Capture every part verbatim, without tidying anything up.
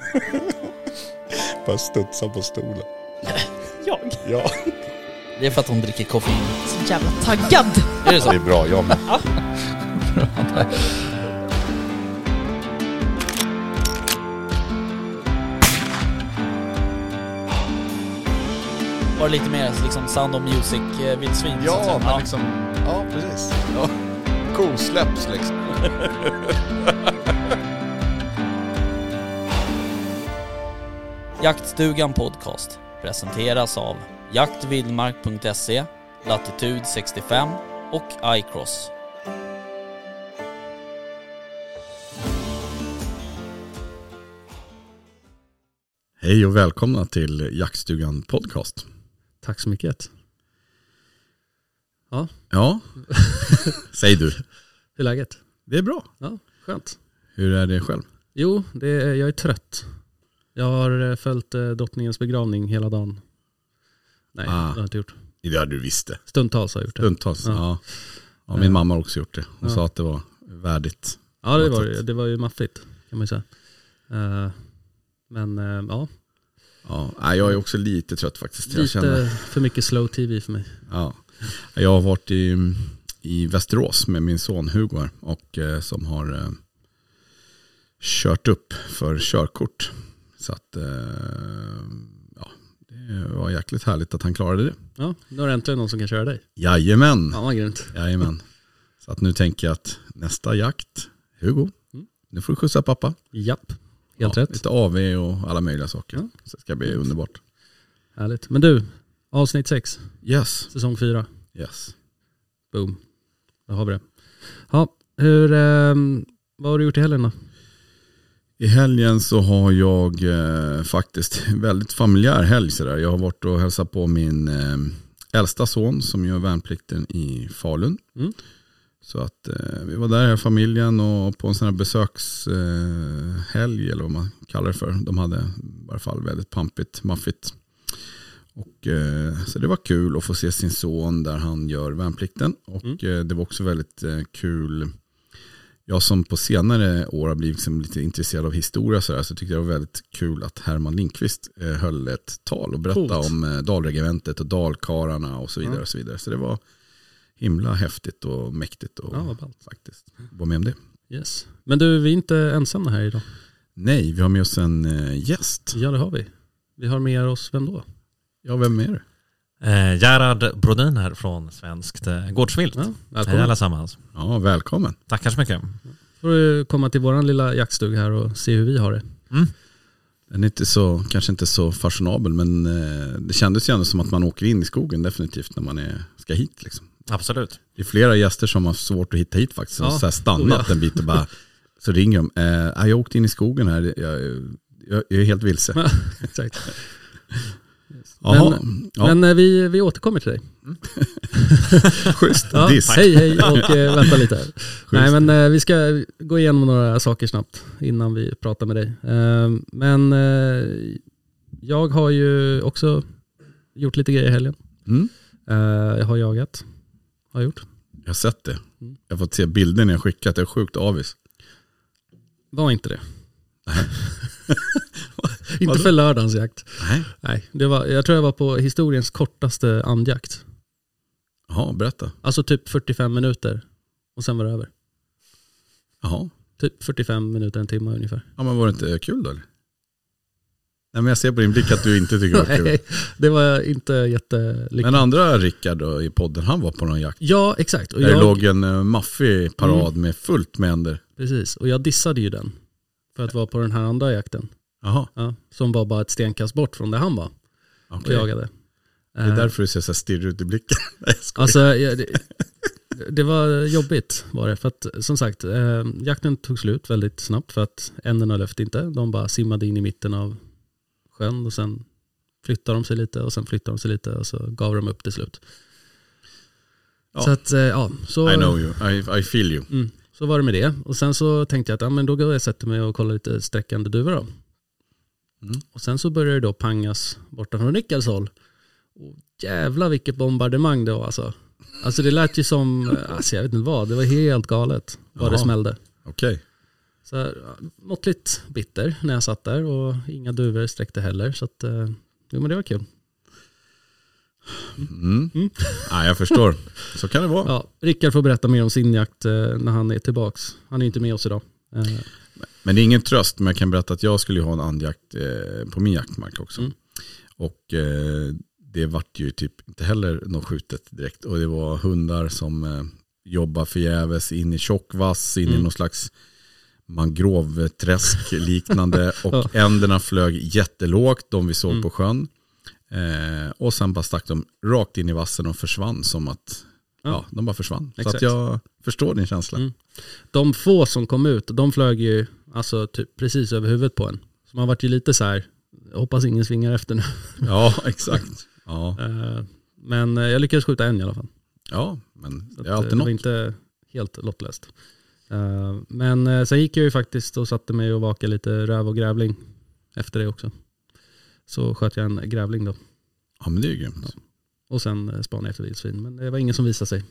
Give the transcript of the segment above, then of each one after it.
Bara studsa på stolen. Jag? Ja. Det är för att hon dricker koffein. Så jävla taggad. Är det så? Det är bra, jag med. Ja. Var det lite mer liksom Sound of Music eh, vildsvin? så att säga? Ja, men liksom... Ja, precis. Ja. Kosläpps liksom. Jaktstugan podcast presenteras av jaktvildmark punkt se, Latitude sextiofem och iCross. Hej och välkomna till Jaktstugan podcast. Tack så mycket. Ja. Ja, säg du. Hur är läget? Det är bra. Ja, skönt. Hur är det själv? Jo, det är, jag är trött. Jag har följt eh, drottningens begravning hela dagen. Nej, Ah. det har jag inte gjort. Det hade du visste. Stundtals har jag gjort det. Stundtals, ja. Ja. Ja, min mamma har också gjort det. Hon Ja. sa att det var värdigt. Ja, det var, det var ju maffigt kan man ju säga. Uh, men uh, ja, Ja, nej, jag är också lite trött faktiskt. Jag lite känner, för mycket slow tv för mig. ja. Jag har varit i, i Västerås med min son Hugo här, och eh, som har eh, kört upp för körkort. Så att eh, ja, det var jäkligt härligt att han klarade det. Ja, nu har det äntligen någon som kan köra dig. Jajamän. Ja, vad grymt. Jajamän. Så att nu tänker jag att nästa jakt, Hugo, Mm. nu får du skjutsa pappa. Japp, helt Ja, rätt. lite A V och alla möjliga saker. Ja. Så det ska bli underbart. Härligt. Men du, avsnitt sex, Yes. säsong fyra. Yes. Boom. Då har vi det. Ja, hur, eh, vad har du gjort i helgen då? I helgen så har jag eh, faktiskt väldigt familjär helg sådär. Jag har varit och hälsat på min eh, äldsta son som gör värnplikten i Falun. Mm. Så att eh, vi var där i familjen och på en sån här besökshelg eh, helg, eller vad man kallar det för. De hade i varje fall väldigt pampigt, maffigt. Och, eh, så det var kul att få se sin son där han gör värnplikten. Och Mm. eh, det var också väldigt eh, kul. Jag som på senare år har blivit liksom lite intresserad av historia så, där, så tyckte jag det var väldigt kul att Herman Lindqvist eh, höll ett tal och berättade Coolt. om eh, dalregementet och dalkararna och så vidare. Ja. Och så vidare. Så det var himla häftigt och mäktigt och Ja, vad ballt. faktiskt var med om det. Yes. Men du, vi är inte ensamma här idag. Nej, vi har med oss en eh, gäst. Ja, det har vi. Vi har med oss, vem då? Ja, vem är det? Eh, Gerhard Brodin här från Svenskt eh, Gårdsvilt. Ja, Hej välkommen. allesammans. Ja, välkommen. Tackar så mycket. Får du komma till våran lilla jaktstuga här och se hur vi har det. Mm. Den är inte så, kanske inte så fashionabel, men eh, det kändes ju ändå som att man åker in i skogen definitivt när man är, ska hit liksom. Absolut. Det är flera gäster som har svårt att hitta hit faktiskt. Som Ja. har så här stannat Oh, ja. en bit och bara, så ringer de. Eh, jag åkte in i skogen här, jag, jag, jag är helt vilse. Exakt. Jaha, Men, ja, men eh, vi, vi återkommer till dig. schysst. Ja, Diss. hej hej och eh, vänta lite här. Nej, men eh, vi ska gå igenom några saker snabbt innan vi pratar med dig. Eh, men eh, jag har ju också gjort lite grejer i helgen. Mm. Eh, jag har jagat. Har jag gjort. Jag har sett det. Mm. Jag har fått se bilder när jag skickat. Jag är sjukt avis. Var inte det. Nej. Inte Vadå? för lördagens jakt. Nej. Nej, det var, jag tror jag var på historiens kortaste andjakt. Jaha, berätta. Alltså typ fyrtiofem minuter. Och sen var det över. Jaha. Typ fyrtiofem minuter, en timme ungefär. Ja, men var det inte kul då eller? Nej, men jag ser på din blick att du inte tycker det var kul. Nej, det var inte jättelyckligt. Men andra Rickard då, i podden, han var på någon jakt. Ja, exakt. Och Där det jag, låg en uh, maffig parad Mm. med fullt med änder. precis. Och jag dissade ju den. För att vara på den här andra jakten. Jaha, Ja, som var bara ett stenkast bort från där han var och okej. jagade. Det är därför du ser så här stirrig ut i blicken. Nej, jag skojar. Alltså, ja, det, det var jobbigt var det. För att som sagt, eh, jakten tog slut väldigt snabbt. För att änderna löfte inte. De bara simmade in i mitten av sjön. Och sen flyttade de sig lite. Och sen flyttade de sig lite. Och så gav de upp till slut. Ja. Så att, eh, ja. Så, I know you, I, I feel you. Mm, så var det med det. Och sen så tänkte jag att ja, men då går jag och sätter mig och kollar lite sträckande duvor då. Mm. Och sen så började det då pangas borta från Rickards håll. Och jävla vilket bombardemang det var alltså. Alltså det lät ju som, alltså jag vet inte vad, det var helt galet vad det Jaha. smällde. Okej. Så här, måttligt bitter när jag satt där och inga duvor sträckte heller. Så att, eh, jo, men det var kul. Mm. Mm. Ja, jag förstår. Så kan det vara. Ja, Rickard får berätta mer om sin jakt eh, när han är tillbaks. Han är inte med oss idag. Eh. Men det är ingen tröst, men jag kan berätta att jag skulle ha en andjakt eh, på min jaktmark också. Mm. Och eh, det vart ju typ inte heller något skjutet direkt. Och det var hundar som eh, jobbar förgäves in i tjockvass, in mm. i någon slags mangroveträsk liknande. Och ja. Änderna flög jättelågt, de vi såg mm. på sjön. Eh, och sen bara stack de rakt in i vassen och försvann som att ja, ja de bara försvann. Exakt. Så att jag förstår din känsla. Mm. De få som kom ut, de flög ju alltså typ precis över huvudet på en. Så man vart ju lite så här, jag hoppas ingen svingar efter nu. Ja, exakt. Ja. Eh, men jag lyckades skjuta en i alla fall. Ja, men så det är alltid det något. var inte helt lottlöst. Eh, men eh, sen gick jag ju faktiskt och satte mig och vakade lite räv och grävling efter det också. Så sköt jag en grävling då. Ja, men det är ju grymt. Ja. Och sen spanade jag efter vildsvin. Men det var ingen som visade sig.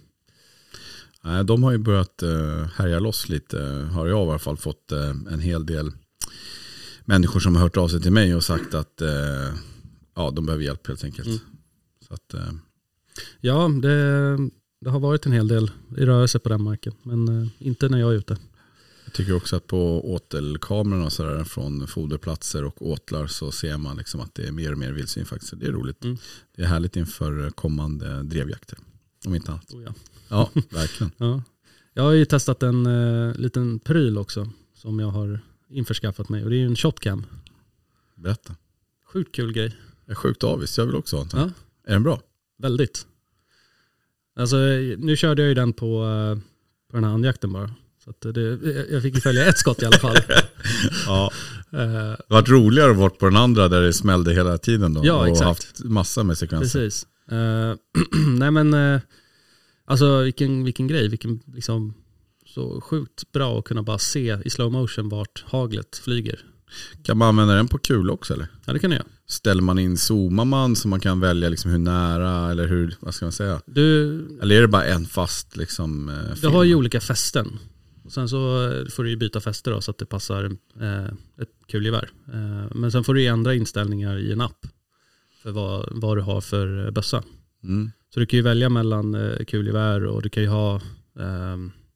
Nej, de har ju börjat uh, härja loss lite. Har jag i alla fall fått uh, en hel del människor som har hört av sig till mig och sagt att uh, ja, de behöver hjälp helt enkelt. Mm. Så att, uh... Ja, det, det har varit en hel del i rörelse på den marken. Men uh, inte när jag är ute. Jag tycker också att på åtelkamerorna så där, från foderplatser och åtlar så ser man liksom att det är mer och mer vildsvin faktiskt. Det är roligt. Mm. Det är härligt inför kommande drevjakter. Om inte annat. Oh ja. Ja, verkligen. Ja. Jag har ju testat en uh, liten pryl också som jag har införskaffat mig. Och det är ju en shotcam. Berätta. Sjukt kul grej. Jag är sjukt avis. Jag vill också ha en. Ja. Är den bra? Väldigt. Alltså nu körde jag ju den på, uh, på den här andjakten bara. Så att det, jag fick ju följa ett skott i alla fall. Ja. Det var roligare att vara på den andra där det smällde hela tiden då. Ja, och exakt. haft massa med sekvenser. Precis. Uh, nej men, uh, alltså vilken, vilken grej. Vilken liksom, så sjukt bra att kunna bara se i slow motion vart haglet flyger. Kan man använda den på kul också eller? Ja, det kan jag. Ställer man in, zoomar man så man kan välja liksom hur nära eller hur, vad ska man säga? Du, eller är det bara en fast liksom uh, du har ju olika fästen. Och sen så får du ju byta fäster då, så att det passar eh, ett kulgevär. Eh, men sen får du ju ändra inställningar i en app för vad, vad du har för bössa. Mm. Så du kan ju välja mellan eh, kulgevär och du kan ju ha eh,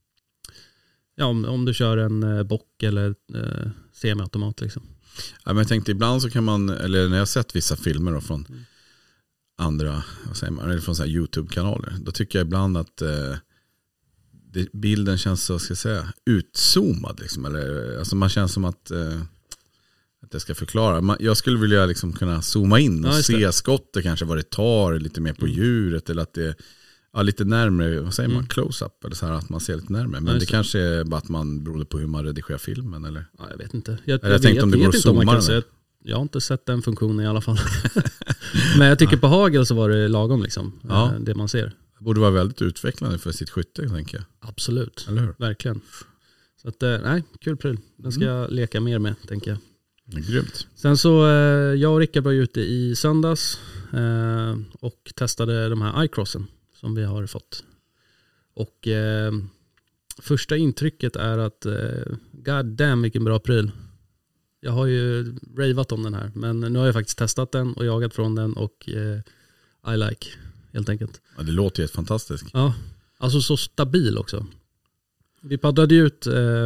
ja, om, om du kör en eh, bock eller eh, semiautomat liksom. Ja, men jag tänkte ibland så kan man, eller när jag har sett vissa filmer då från mm. andra, vad säger man, eller från så här YouTube-kanaler, då tycker jag ibland att eh, det, bilden känns så, ska jag säga, utzoomad liksom, eller alltså man känns som att eh, att jag ska förklara. Man, jag skulle vilja liksom kunna zooma in och ja, se skottet kanske vad det tar lite mer på mm. djuret eller att det ja, lite närmare, vad säger mm. man, close-up eller så här att man ser lite närmare. Men ja, det kanske är bara att man beror på hur man redigerar filmen eller. Ja, jag vet inte. Jag, jag, jag tänkte om det går att zooma den. Se, jag har inte sett den funktionen i alla fall. Men jag tycker på hagel så var det lagom liksom, ja. Det man ser. Det borde vara väldigt utvecklande för sitt skytte, tänker jag. Absolut, eller hur? Verkligen. Så att, nej, kul pryl. Den ska mm. jag leka mer med, tänker jag. Grymt. Sen så, jag och Rickard var ute i söndags och testade de här iCrossen som vi har fått. Och eh, första intrycket är att eh, god damn vilken bra pryl. Jag har ju ravat om den här, men nu har jag faktiskt testat den och jagat från den och eh, I like, helt enkelt. Ja, det låter ju fantastiskt. Ja, alltså så stabil också. Vi paddlade ut eh,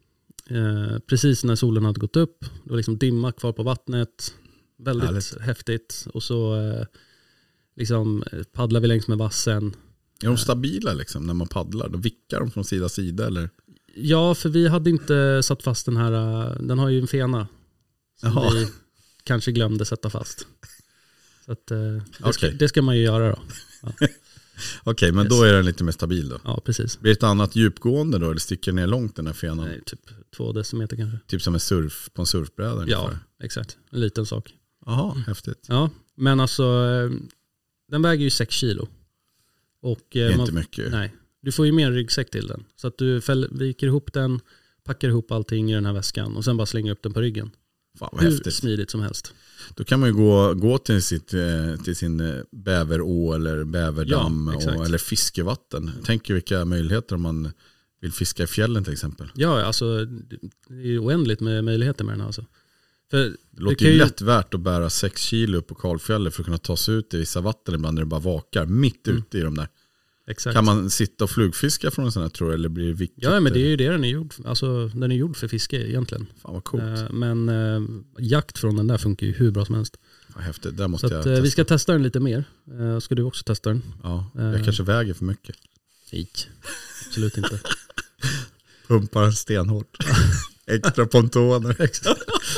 eh, precis när solen hade gått upp. Det var liksom dimma kvar på vattnet. Väldigt härligt. Häftigt. Och så eh, liksom paddlar vi längs med vassen. Är de stabila liksom när man paddlar? Då vickar de från sida sida eller? Ja, för vi hade inte satt fast den här. Den har ju en fena som Jaha. vi kanske glömde sätta fast. Så att, det, okay. ska, det ska man ju göra då. Ja. Okej, okay, men yes. Då är den lite mer stabil då? Ja, precis. Blir det ett annat djupgående då? Eller sticker ner långt den här fenan? Nej, typ två decimeter kanske. Typ som en surf på en surfbräda? Ja, ungefär. Exakt. En liten sak. Jaha, mm. häftigt. Ja, men alltså den väger ju sex kilo. Och det är man, inte mycket. Nej, du får ju mer ryggsäck till den. Så att du fäll, viker ihop den, packar ihop allting i den här väskan och sen bara slänger upp den på ryggen. Fan, vad Hur häftigt. Smidigt som helst. Då kan man ju gå, gå till, sitt, till sin bäverå eller bäverdamm ja, och, eller fiskevatten. Tänk vilka möjligheter om man vill fiska i fjällen till exempel. Ja, alltså det är ju oändligt med möjligheter med den här alltså. För det låter ju lätt värt att bära sex kilo upp på kalfjället för att kunna ta sig ut i vissa vatten ibland när det bara vakar mitt mm. ute i de där. Exakt. Kan man sitta och flugfiska från en sån här tror jag, eller blir det viktigt? Ja, men det är ju det den är gjord. Alltså den är gjord för fiske egentligen. Fan vad coolt. Uh, men uh, jakt från den där funkar ju hur bra som helst. Vad häftigt, där måste så jag att, uh, vi ska testa den lite mer. Uh, ska du också testa den? Ja, jag uh, kanske väger för mycket. Nej, absolut inte. Pumpar stenhårt. Extra pontoner. Extra.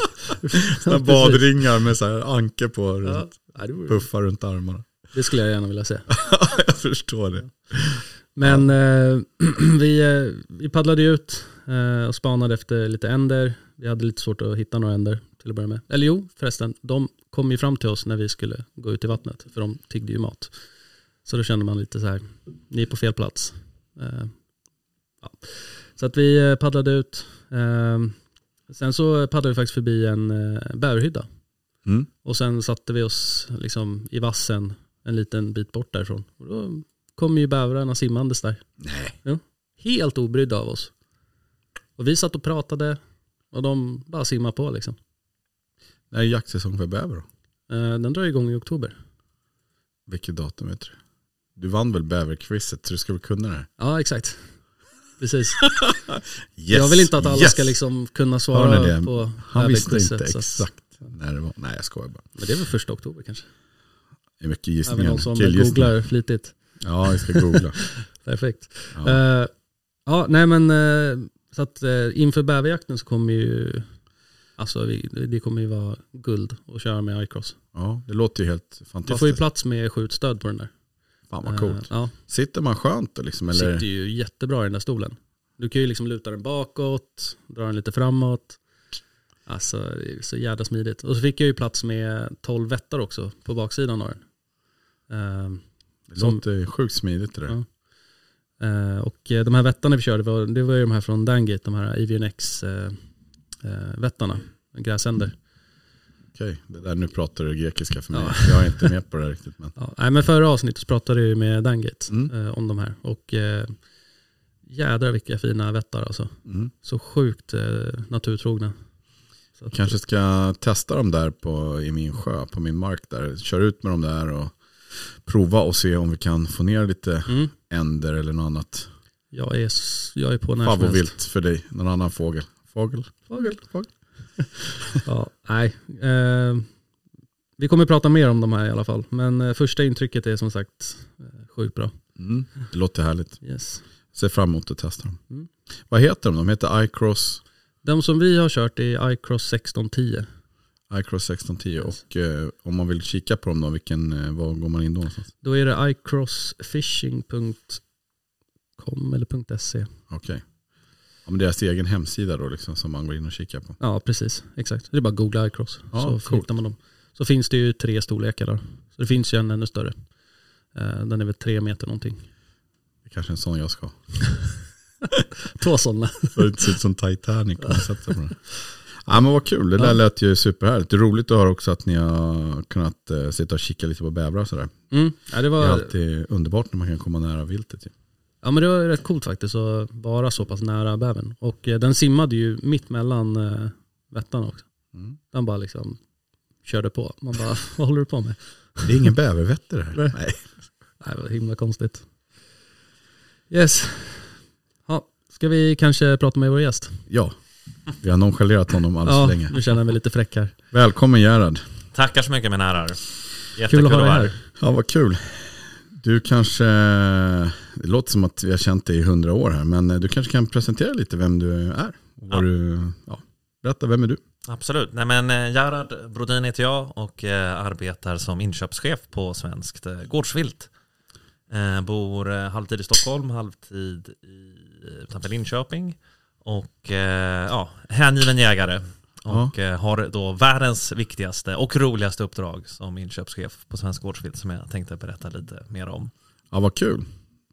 Såna badringar med så här anker på runt. Ja, puffar runt armarna. Det skulle jag gärna vilja se. Jag förstår det. Men ja. eh, vi, eh, vi paddlade ut eh, och spanade efter lite änder. Vi hade lite svårt att hitta några änder till att börja med. Eller jo, förresten. De kom ju fram till oss när vi skulle gå ut i vattnet. För de tiggde ju mat. Så då kände man lite så här, ni är på fel plats. Eh, ja. Så att vi paddlade ut. Eh, sen så paddlade vi faktiskt förbi en eh, bäverhydda. Mm. Och sen satte vi oss liksom i vassen en liten bit bort därifrån. Och då kom ju bävrarna simmandes där. Nej. Ja, helt obrydda av oss. Och vi satt och pratade och de bara simmade på liksom. När är jaktsäsong för bäver då? Eh, den drar igång i oktober. Vilket datum vet du? Du vann väl bäverquizet så du ska väl kunna det här? Ja, exakt. Precis. Yes, jag vill inte att alla yes. ska liksom kunna svara på han visste inte så. Exakt när det var. Nej, jag skojar bara. Men det är väl första oktober kanske? Det är mycket gissningar. Även någon som googlar flitigt. Ja, jag ska googla. Perfekt. Ja. Uh, ja, nej men uh, så att uh, inför bäverjakten så kommer ju alltså vi, det kommer ju vara guld att köra med iCross. Ja, det låter ju helt fantastiskt. Du får ju plats med skjutstöd på den där. Fan vad coolt. Uh, ja. Sitter man skönt då liksom? Eller? Sitter ju jättebra i den där stolen. Du kan ju liksom luta den bakåt, dra den lite framåt. Alltså det är så jävla smidigt. Och så fick jag ju plats med tolv vättar också på baksidan av den. Uh, det som, låter sjukt smidigt det där. Ja. Uh, och de här vättarna vi körde, det var, det var ju de här från Dangate, de här A V N X uh, uh, vättarna, gräsänder. Okej, okay. Det där nu pratar du grekiska för mig. Ja. Jag är inte med på det riktigt. Men. Ja, nej, men förra avsnittet så pratade jag med Dangate mm. uh, om de här. Och uh, jädrar vilka fina vättar alltså. Mm. Så sjukt uh, naturtrogna. Så att, kanske ska testa dem där på, i min sjö, på min mark där. Kör ut med dem där och prova och se om vi kan få ner lite mm. änder eller något annat. Jag är, jag är på när favoritvilt för dig, någon annan fågel. Fågel? Fågel? Fågel? Ja, nej. Eh, vi kommer prata mer om de här i alla fall. Men eh, första intrycket är som sagt eh, sjukt bra. Mm. Det låter härligt. Yes. Ser fram emot att testa dem. Mm. Vad heter de? De heter iCross. De som vi har kört är iCross sexton tio. iCross sexton tio. Yes. Och eh, om man vill kika på dem då, vilken, eh, var går man in då någonstans? Då är det i cross fishing punkt com eller .se. Okej. Okay. Ja, men deras egen hemsida då liksom, som man går in och kikar på. Ja, precis. Exakt. Det är bara att googla iCross. Ja, så coolt. hittar man dem. Så finns det ju tre storlekar där. Så det finns ju en ännu större. Uh, den är väl tre meter någonting. Det är kanske en sån jag ska ha. Två sådana. Så det ser ut som Titanic på något sätt. Ja, men vad kul, det där ja. lät ju superhärligt. Det är roligt att höra också att ni har kunnat uh, sitta och kika lite på bävrar och sådär. Mm. Ja, det, var... det är alltid underbart när man kan komma nära viltet. Ja, men det var rätt coolt faktiskt att vara så pass nära bävern. Och uh, den simmade ju mitt mellan uh, vättarna också. Mm. Den bara liksom körde på. Man bara, vad håller du på med? Det är ingen bävervätter det här. Nej. Nej. Nej, det var himla konstigt. Yes. Ja, ska vi kanske prata med vår gäst? Ja. Vi har nonchalerat honom alldeles ja, länge. Nu känner jag mig lite fräck här. Välkommen Gerhard. Tackar så mycket mina herrar. Jättekul att ha dig här. Ja, vad kul. Du kanske, det låter som att vi har känt dig i hundra år här, men du kanske kan presentera lite vem du är. Och vad ja. Du, ja, berätta, vem är du? Absolut. Nej, men Gerhard Brodin heter jag och eh, arbetar som inköpschef på Svenskt eh, Gårdsvilt. Eh, bor eh, halvtid i Stockholm, halvtid i utanför Linköping. Och eh, ja, hängiven jägare. Och ja. eh, har då världens viktigaste och roligaste uppdrag som inköpschef på Svensk Gårdsvilt som jag tänkte berätta lite mer om. Ja, vad kul.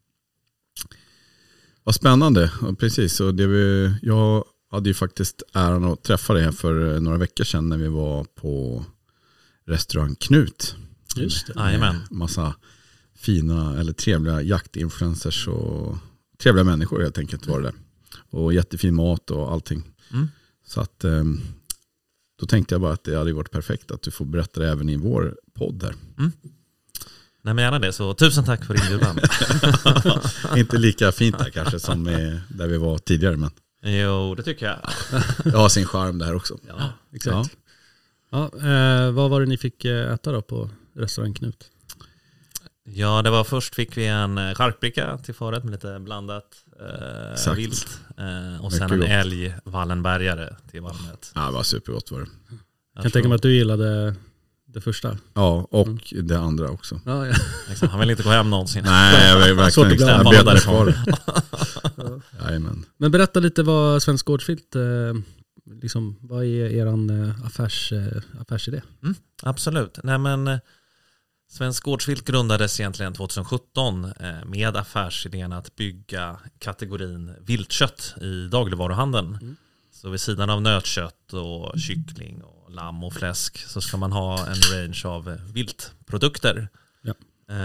Vad spännande. Ja, precis. Och det vi, jag hade ju faktiskt äran att träffa dig här för några veckor sedan när vi var på restaurang Knut. Just det. Jajamän. Massa fina eller trevliga jaktinfluencers och trevliga människor helt enkelt var det där. Och jättefin mat och allting. Mm. Så att um, då tänkte jag bara att det hade varit perfekt att du får berätta det även i vår podd här. Mm. Nej, men gärna det, så tusen tack för inbjudan. Inte lika fint där kanske som där vi var tidigare, men jo, det tycker jag. Det har sin charm det här också. Ja, exakt. Ja. Ja, eh, vad var det ni fick äta då på restaurang Knut? Ja, det var först fick vi en charkbricka till förrätt med lite blandat eh, vilt. Eh, och sen Mycket en gott. älg Wallenbergare till varmrätt. Ja, det var supergott var det. Jag kan tänka mig att du gillade det första. Ja, och mm. det andra också. Ja, ja. Han vill inte gå hem någonsin. Nej, jag vill verkligen inte stämma stämma därifrån. Jajamän. Men berätta lite vad Svensk Gårdsvilt, eh, liksom, vad är eran eh, affärs, eh, affärsidé? Mm, absolut. Nej, men eh, Svensk Gårdsvilt grundades egentligen tjugohundrasjutton eh, med affärsidén att bygga kategorin viltkött i dagligvaruhandeln. Mm. Så vid sidan av nötkött och kyckling och lamm och fläsk så ska man ha en range av viltprodukter. Ja.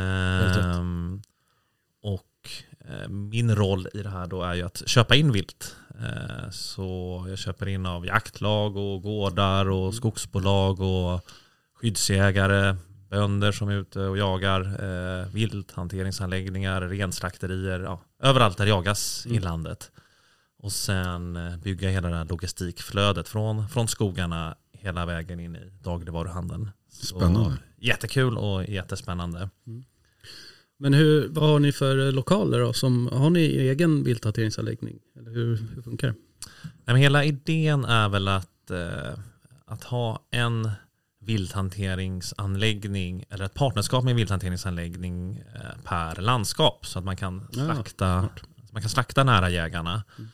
Ehm, och eh, min roll i det här då är ju att köpa in vilt. Ehm, så jag köper in av jaktlag och gårdar och skogsbolag och skyddsjägare, bönder som är ute och jagar, eh, vilthanteringsanläggningar, renslakterier, ja, överallt där jagas mm. i landet. Och sen bygga hela det här logistikflödet från, från skogarna hela vägen in i dagligvaruhandeln. Spännande. Så, jättekul och jättespännande. Mm. Men hur, vad har ni för lokaler då? Som, har ni egen vilthanteringsanläggning? Eller hur, hur funkar det? Nej, men hela idén är väl att, eh, att ha en vilthanteringsanläggning eller ett partnerskap med en vilthanteringsanläggning eh, per landskap så att man kan slakta, ja, man kan slakta nära jägarna. Mm.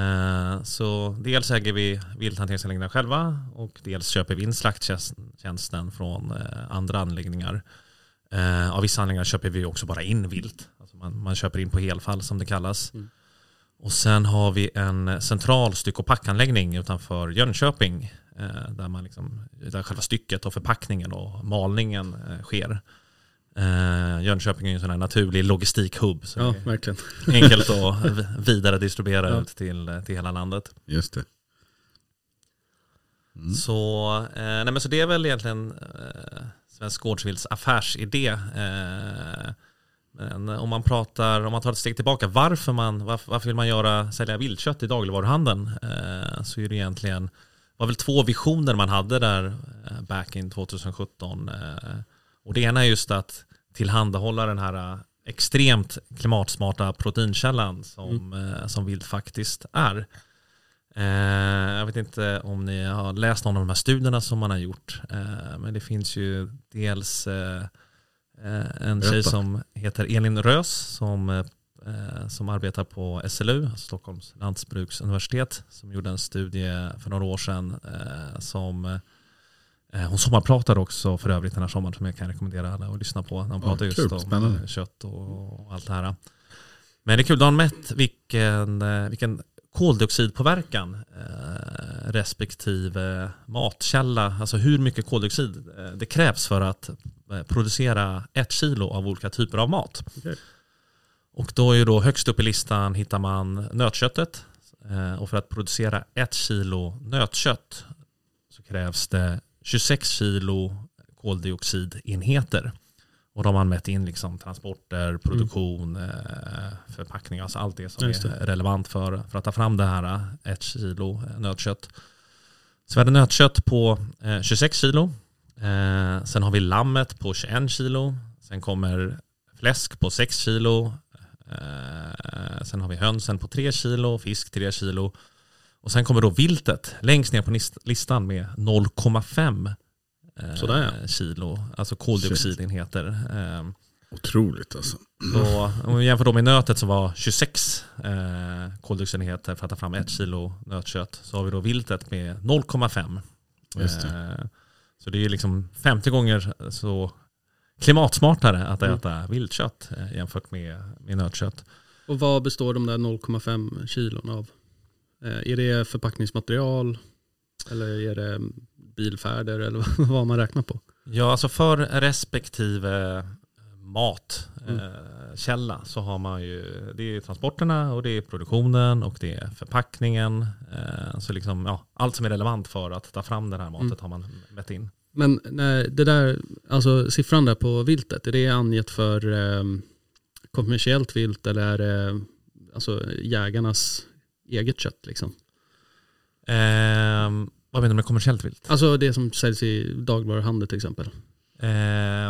Så dels äger vi vilthanteringsanläggningar själva och dels köper vi in slakttjänsten från andra anläggningar. Av vissa anläggningar köper vi också bara in vilt. Alltså man, man köper in på helfall som det kallas. Mm. Och sen har vi en central styck- och packanläggning utanför Jönköping där, man liksom, där själva stycket och förpackningen och malningen sker. Uh, Jönköping är en sån här naturlig logistikhubb så ja, verkligen. Enkelt att vidare distribuera ja. ut till, till hela landet. Just det. Mm. Så, eh, nej men så det är väl egentligen eh, Svensk Gårdsvilts affärsidé. Eh, men om man pratar, om man tar ett steg tillbaka, varför man varför, varför vill man göra sälja viltkött i dagligvaruhandeln? Eh, så är det egentligen var väl två visioner man hade där eh, back in tjugosjutton. Eh, Och det ena är just att tillhandahålla den här extremt klimatsmarta proteinkällan som, mm. som vilt faktiskt är. Eh, jag vet inte om ni har läst någon av de här studierna som man har gjort. Eh, men det finns ju dels eh, en Berätta. tjej som heter Elin Rös som, eh, som arbetar på S L U, alltså Stockholms lantbruksuniversitet, som gjorde en studie för några år sedan eh, som hon sommarpratade också för övrigt den här sommaren som jag kan rekommendera alla att lyssna på. De pratar ja, just kul, om spännande. Kött och allt det här. Men det är kul, de har mätt vilken, vilken koldioxidpåverkan eh, respektive matkälla, alltså hur mycket koldioxid eh, det krävs för att eh, producera ett kilo av olika typer av mat. Okay. Och då är ju då högst upp i listan hittar man nötköttet. Eh, och för att producera ett kilo nötkött så krävs det tjugosex kilo koldioxidenheter. Och de har mätt in liksom transporter, produktion, mm. förpackning, alltså allt det som det. är relevant för, för att ta fram det här ett kilo nötkött. Så vi hade nötkött på tjugosex kilo. Sen har vi lammet på tjugoett kilo. Sen kommer fläsk på sex kilo. Sen har vi hönsen på tre kilo, fisk tre kilo. Och sen kommer då viltet längst ner på listan med noll komma fem Sådär, ja. kilo, alltså koldioxidenheter. Otroligt alltså. Så, om vi jämför då med nötet som var tjugosex eh, koldioxidenheter för att ta fram ett kilo nötkött, så har vi då viltet med noll komma fem. Just det. Eh, så det är liksom femtio gånger så klimatsmartare att äta mm. viltkött eh, jämfört med, med nötkött. Och vad består de där noll komma fem kilon av? Eh, är det förpackningsmaterial eller är det bilfärder eller vad man räknar på? Ja, alltså för respektive matkälla mm. så har man ju, det är transporterna och det är produktionen och det är förpackningen. Så liksom, ja, allt som är relevant för att ta fram den här matet mm. har man mätt in. Men nej, det där, alltså siffran där på viltet, är det anget för eh, kommersiellt vilt eller är det alltså jägarnas eget kött liksom? Eh, vad menar du med kommersiellt vilt? Alltså det som säljs i dagligvaruhandel till exempel. Eh,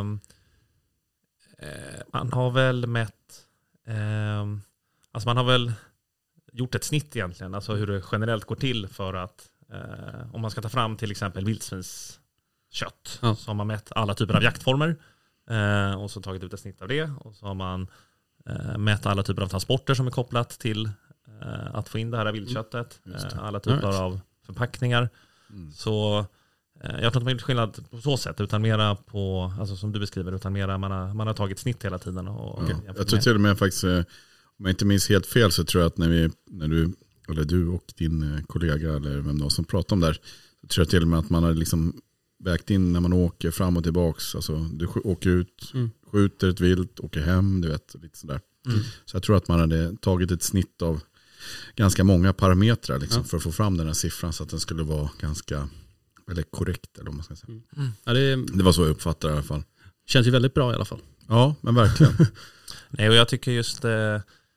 eh, man har väl mätt, eh, alltså man har väl gjort ett snitt egentligen, alltså hur det generellt går till för att eh, om man ska ta fram till exempel vildsvins kött. Ja. Så har man mätt alla typer av jaktformer eh, och så tagit ut ett snitt av det. Och så har man eh, mätt alla typer av transporter som är kopplat till eh, att få in det här viltköttet. Eh, alla typer right. av förpackningar. Mm. Så eh, jag tror inte man har gjort skillnad på så sätt utan mera på, alltså som du beskriver, utan mera man har, man har tagit snitt hela tiden. Och, ja. Jag tror till och med faktiskt, om jag inte minns helt fel så tror jag att när, vi, när du, eller du och din kollega eller vem det var som pratade om där, så tror jag till och med att man har liksom vägt in när man åker fram och tillbaks. Alltså, du åker ut, mm. skjuter ett vilt, åker hem, du vet, lite sådär. Mm. Så jag tror att man hade tagit ett snitt av ganska många parametrar liksom, ja. för att få fram den här siffran så att den skulle vara ganska eller korrekt. Eller vad man ska säga. Mm. Ja, det, det var så jag uppfattade det i alla fall. Känns ju väldigt bra i alla fall. Ja, men verkligen. Nej, och jag tycker just eh,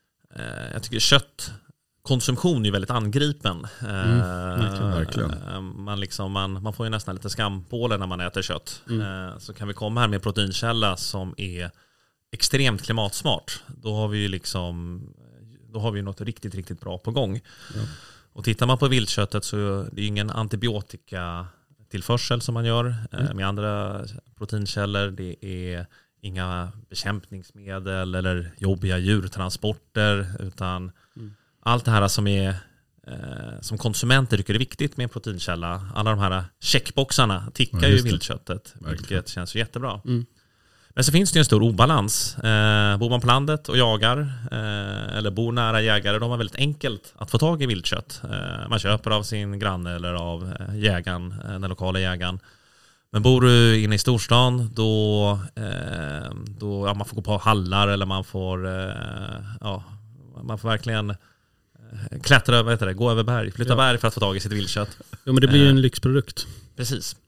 jag tycker kött konsumtion är väldigt angripen. Mm, verkligen, verkligen. Man, liksom, man, man får ju nästan lite skampåle när man äter kött. Mm. Så kan vi komma här med en proteinkälla som är extremt klimatsmart. Då har vi ju liksom, då har vi något riktigt, riktigt bra på gång. Ja. Och tittar man på viltköttet så är det ingen antibiotikatillförsel som man gör mm. med andra proteinkällor. Det är inga bekämpningsmedel eller jobbiga djurtransporter utan mm. allt det här som är eh, som konsumenter tycker är viktigt med en proteinkälla. Alla de här checkboxarna tickar ja, ju i viltköttet, vilket känns jättebra. Mm. Men så finns det ju en stor obalans. Eh, bor man på landet och jagar eh, eller bor nära jägare, de har väldigt enkelt att få tag i viltkött. Eh, man köper av sin granne eller av eh, jägaren, eh, den lokala jägaren. Men bor du inne i storstan då, eh, då ja, man får gå på hallar eller man får eh, ja, man får verkligen klättra, vad heter det, gå över berg, flytta ja. berg för att få tag i sitt viltkött. Ja, men det blir ju en lyxprodukt. Precis.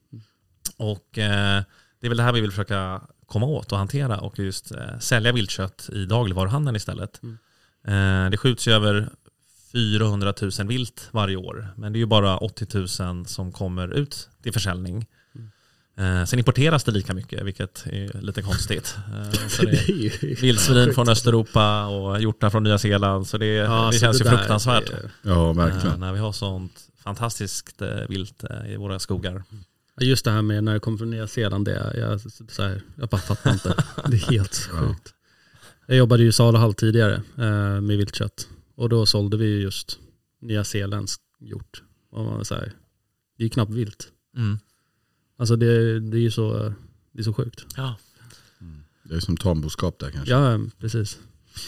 Och eh, det är väl det här vi vill försöka komma åt och hantera och just eh, sälja viltkött i dagligvaruhandeln istället. Mm. Eh, det skjuts ju över fyrahundratusen vilt varje år, men det är ju bara åttio tusen som kommer ut till försäljning. Eh, sen importeras det lika mycket, vilket är lite konstigt. Eh, så det är vildsvin från Östeuropa och hjortar från Nya Zeeland. Så det, ja, det känns det ju fruktansvärt. Är... Ja, verkligen. Eh, när vi har sånt fantastiskt eh, vilt eh, i våra skogar. Just det här med när det kommer från Nya Zeeland, det, jag, så här, jag bara fattar inte. Det är helt sjukt. Jag jobbade ju i Salahall tidigare eh, med viltkött. Och då sålde vi just Nya Zeeländsk hjort. Och man var så här, det är ju knappt vilt. Mm. Alltså det, det är ju så, det är så sjukt. Ja. Mm. Det är som tamboskap där kanske. Ja, precis.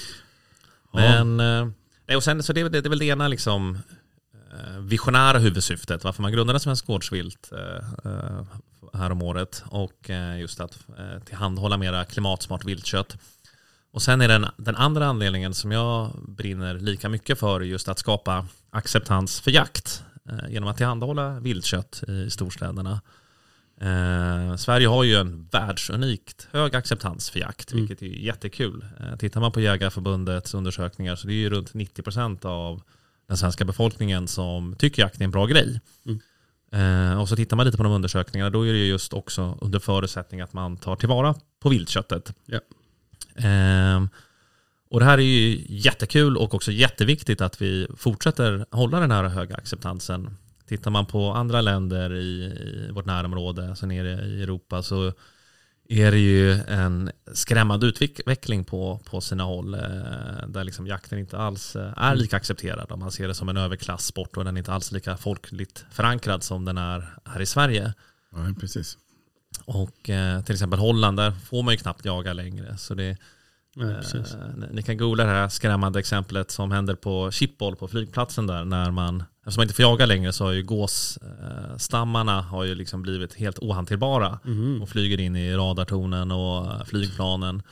Men, ja. eh, och sen så det, det, det är väl det ena liksom visionära huvudsyftet varför man grundade Svensk Gårdsvilt eh, här om året och eh, just att eh, tillhandahålla mera klimatsmart viltkött. Och sen är den, den andra anledningen som jag brinner lika mycket för just att skapa acceptans för jakt eh, genom att tillhandahålla viltkött i storstäderna. Eh, Sverige har ju en världsunikt hög acceptans för jakt, mm. vilket är jättekul. Eh, tittar man på Jägarförbundets undersökningar så det är ju runt nittio procent av den svenska befolkningen som tycker jakt är en bra grej. Mm. Eh, och så tittar man lite på de undersökningarna, då är det just också under förutsättning att man tar tillvara på viltköttet. Ja. Eh, och det här är ju jättekul och också jätteviktigt att vi fortsätter hålla den här höga acceptansen. Tittar man på andra länder i, i vårt närområde, så nere i Europa, så är det ju en skrämmande utveckling på, på sina håll där liksom jakten inte alls är lika accepterad. Om man ser det som en överklasssport och den är inte alls lika folkligt förankrad som den är här i Sverige. Ja, precis. Och till exempel Holland, där får man ju knappt jaga längre. Så det, Ja, precis. Eh, ni kan googla det här skrämmande exemplet som händer på Schiphol på flygplatsen där, när man, eftersom man inte får jaga längre, så har ju gåsstammarna har ju liksom blivit helt ohanterbara Mm. och flyger in i radartornen och flygplanen.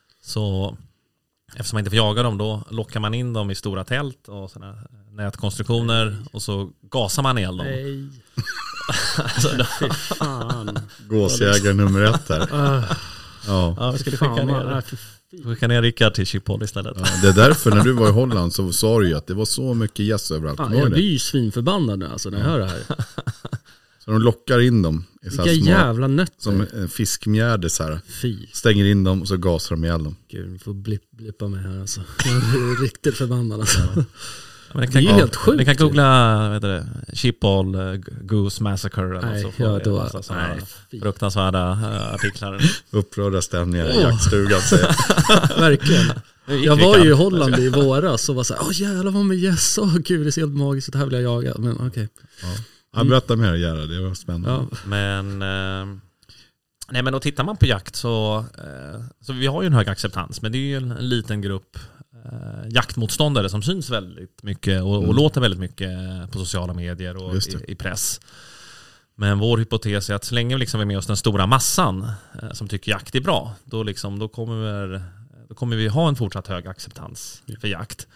Så eftersom man inte får jaga dem, då lockar man in dem i stora tält och såna nätkonstruktioner och så gasar man ihjäl dem. Nej. Alltså, då, Fy fan. Gåsjägare nummer ett här. Ah, Ja. ja, vi skulle fan, skicka vad- ner, ah, fy- skicka ner Rickard till Schiphol istället. Ja, det är därför när du var i Holland så sa du ju att det var så mycket gäss överallt. fan, Kommer du jag ihåg det? blir ju svinförbannad nu alltså när jag hör det här. Så de lockar in dem i så här Vilka små, jävla nötter. som en fiskmjärde så här. Fy. Stänger in dem och så gasar de ihjäl dem. Gud, ni får blipp, blippa mig här alltså. Jag är riktigt förbannad alltså. Men det Det är ju ja, helt sjukt. Ni kan googla, vad heter det, Schiphol uh, Goose Massacre eller Nej, så får ja, ni då- en massa sådana nej, fy. fruktansvärda uh, artiklar. Upprörda stämningar i Åh. jaktstugan säger jag. Verkligen. Nu gick Jag var Rickard. ju i Holland i våras och var såhär, åh jävlar vad med gäss, åh gud det ser helt magiskt, det här vill jag jaga. Men okej. Ja, berätta mer Gerhard, det var spännande. Ja. Men, eh, nej, men då tittar man på jakt så, eh, så vi har ju en hög acceptans, men det är ju en, en liten grupp eh, jaktmotståndare som syns väldigt mycket och, och Mm. låter väldigt mycket på sociala medier och Just det. i, i press. Men vår hypotes är att så länge vi liksom är med oss den stora massan eh, som tycker jakt är bra, då, liksom, då, kommer, då kommer vi ha en fortsatt hög acceptans Ja. för jakt.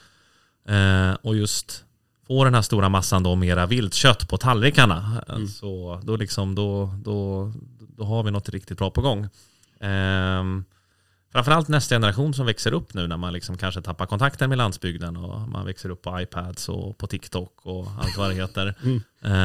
Eh, och just få den här stora massan då mera viltkött på tallrikarna, Mm. så då, liksom, då, då, då har vi något riktigt bra på gång. Ehm, framförallt nästa generation som växer upp nu när man liksom kanske tappar kontakten med landsbygden och man växer upp på iPads och på TikTok och allt vad det heter. Mm.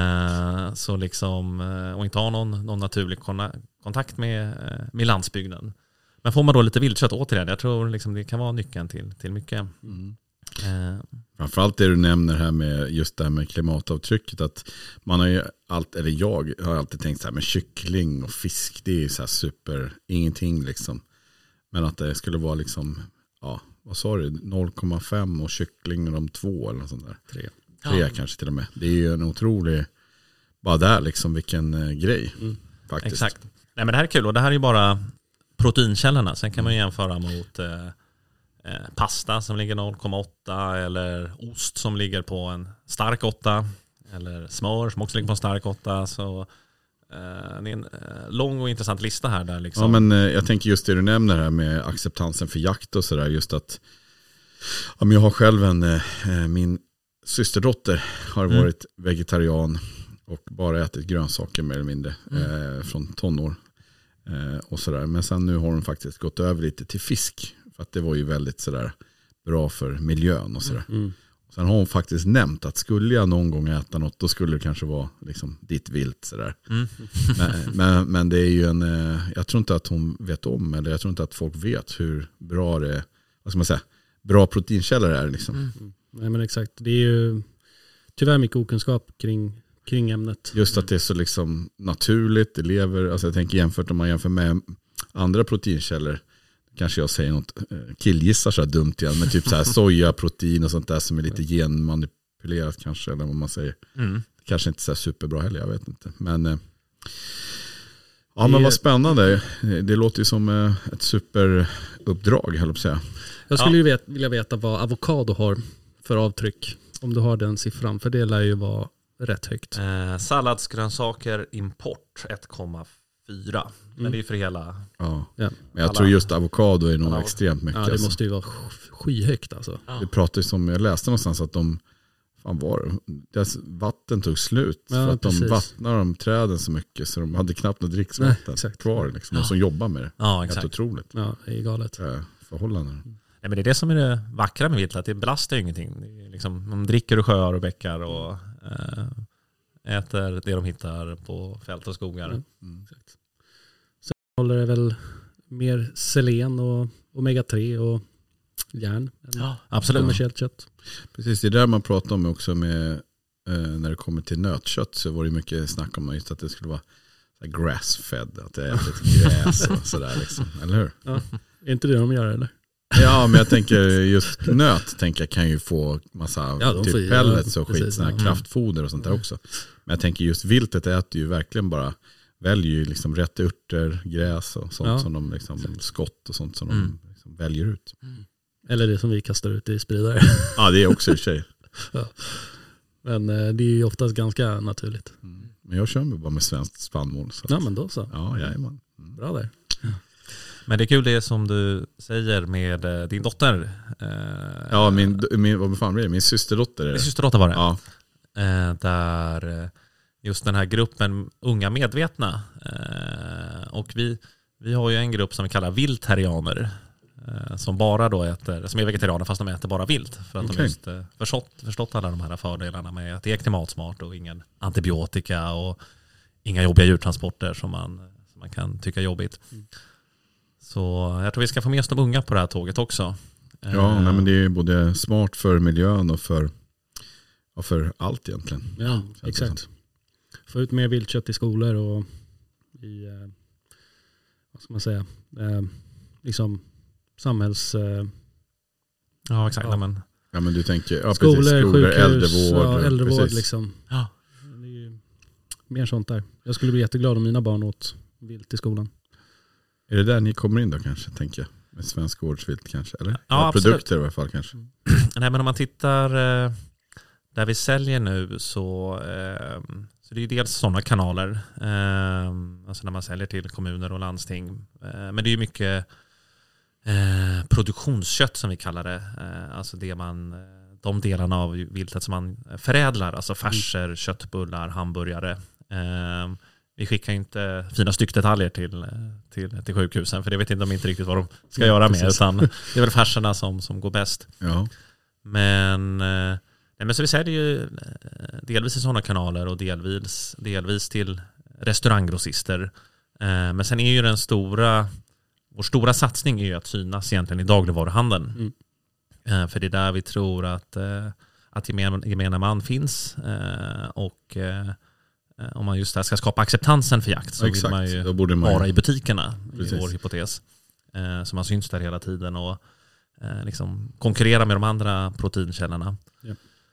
Ehm, så liksom, eh, och inte har någon, någon naturlig konna- kontakt med, eh, med landsbygden. Men får man då lite viltkött återigen, jag tror liksom det kan vara nyckeln till, till mycket. Mm. Ehm, Framförallt det du nämner här med just det här med klimatavtrycket, att man har ju allt, eller jag har alltid tänkt så här med kyckling och fisk, det är ju så här super, ingenting liksom. Men att det skulle vara liksom, ja, vad sa du, noll komma fem och kyckling och de två eller något sånt där. Tre. Tre Ja. kanske till och med. Det är ju en otrolig, bara där liksom, vilken eh, grej Mm. faktiskt. Exakt. Nej, men det här är kul och det här är ju bara proteinkällorna. Sen kan man jämföra mot eh, eh, pasta som ligger noll komma åtta eller ost som ligger på en stark åtta eller smör som också ligger på en stark åtta. Så eh, det är en eh, lång och intressant lista här. Där liksom. Ja, men eh, jag tänker just det du nämner här med acceptansen för jakt och sådär, just att ja, men jag har själv en, eh, min systerdotter har Mm. varit vegetarian och bara ätit grönsaker mer eller mindre Mm. eh, från tonår eh, och sådär. Men sen nu har hon faktiskt gått över lite till fisk för att det var ju väldigt sådär bra för miljön och sådär. Mm. Sen har hon faktiskt nämnt att skulle jag någon gång äta något, då skulle det kanske vara liksom ditt vilt sådär. Mm. Men, men, men det är ju en, eh, jag tror inte att hon vet om, eller jag tror inte att folk vet hur bra det är, vad ska man säga, bra proteinkällor är liksom. Mm. Nej men exakt, det är ju tyvärr mycket okunskap kring, kring ämnet. Just att det är så liksom naturligt, det lever, alltså jag tänker jämfört om man jämför med andra proteinkällor, kanske jag säger något, eh, killgissar så här dumt igen, men typ så här sojaprotein och sånt där som är lite genmanipulerat kanske, eller vad man säger. Mm. Kanske inte så här superbra heller, jag vet inte. Men eh, ja, Det men är- vad spännande. Det låter ju som eh, ett superuppdrag, höll jag på att säga. Jag skulle Ja. ju vet, vilja veta vad avokado har för avtryck. Om du har den siffran, för det lär ju vara rätt högt. Eh, salladsgrönsaker import ett komma fyra. Men Mm. det är ju för hela. Ja. Ja. Men jag Alla- tror just avokado är nog alla- extremt mycket. Ja, det alltså. måste ju vara sk- skyhögt alltså. Det pratas som, jag läste någonstans att de, fan var det, deras vatten tog slut. Ja, för att precis. de vattnar de träden så mycket så de hade knappt något Nej, dricksvatten exakt. kvar. Liksom, och som jobbar med det. Ja, Helt exakt. otroligt Ja, det är galet. eh, förhållanden. Nej, men det är det som är det vackra med vilt, att det belastar ju ingenting. Det är liksom, de dricker ur sjöar och bäckar och eh, äter det de hittar på fält och skogar. Mm. Mm. Exakt. Sen håller det väl mer selen och omega tre och järn än Ja, absolut. kommersiellt kött. Precis, det är där man pratar om också med, eh, när det kommer till nötkött så var det mycket snack om just att det skulle vara så här grass-fed, att det är lite gräs och sådär liksom, eller hur? Ja. Är inte det de gör eller? Ja, men jag tänker just nöt tänker jag kan ju få massa Ja, de typ får ju- pellets och precis, skit, sådana här ja. kraftfoder och sånt där också. Men jag tänker just viltet äter ju verkligen bara, väljer ju liksom rätt örter, gräs och sånt Ja. som de liksom, skott och sånt som Mm. de liksom liksom väljer ut. Mm. Eller det som vi kastar ut i spridare. Ja, det är också i sig. Ja. Men eh, det är ju oftast ganska naturligt. Mm. Men jag kör mig bara med svenskt spannmål. Så. Ja, men då så. Ja, jajamän. Mm. Bra där. Men det är kul det som du säger med eh, din dotter. Eh, Ja, min, min, vad fan blir det? Min systerdotter är det. Din systerdotter var det. Ja. Eh, där eh, just den här gruppen unga medvetna. Eh, och vi, vi har ju en grupp som vi kallar viltherianer. Eh, som bara då äter, som är vegetarianer fast de äter bara vilt. För att Okay. de just eh, förstått, förstått alla de här fördelarna med att det är klimatsmart och ingen antibiotika och inga jobbiga djurtransporter som man, som man kan tycka är jobbigt. Mm. Så jag tror vi ska få med oss de unga på det här tåget också. Ja, nej, men det är både smart för miljön och för, ja, för allt egentligen. Ja, det exakt. Få ut mer viltkött i skolor och i, eh, vad ska man säga, eh, liksom samhälls... Eh, Ja, exakt. Ja. Men, Ja, men du tänker, ja, skolor, precis, skolor, sjukhus, äldrevård. ja, äldrevård precis. liksom. ja. Det är ju mer sånt där. Jag skulle bli jätteglad om mina barn åt vilt i skolan. Är det där ni kommer in då kanske, tänker jag? Med svensk gårdsvilt kanske, eller? Ja, Ja, absolut. produkter i alla fall kanske. Nej, men om man tittar eh, där vi säljer nu så, eh, så det är ju dels sådana kanaler. Eh, alltså när man säljer till kommuner och landsting. Eh, men det är ju mycket eh, produktionskött som vi kallar det. Eh, alltså det man, de delarna av viltet som man förädlar. Alltså färser, mm. köttbullar, hamburgare. Eh, Vi skickar inte fina styckdetaljer till, till, till sjukhusen för det vet inte de inte riktigt vad de ska ja, göra med. Precis. Utan det är väl färserna som, som går bäst. Ja. Men, nej, men så vi säljer ju delvis i sådana kanaler och delvis, delvis till restauranggrossister. Men sen är ju den stora, vår stora satsning är ju att synas egentligen i dagligvaruhandeln. Mm. För det är där vi tror att, att gemene, gemene man finns och om man just här ska skapa acceptansen för jakt så ja, vill man ju Då borde man vara ju... i butikerna. Precis. I vår hypotes. Eh, så man syns där hela tiden och eh, liksom konkurrera med de andra proteinkällorna. Ja.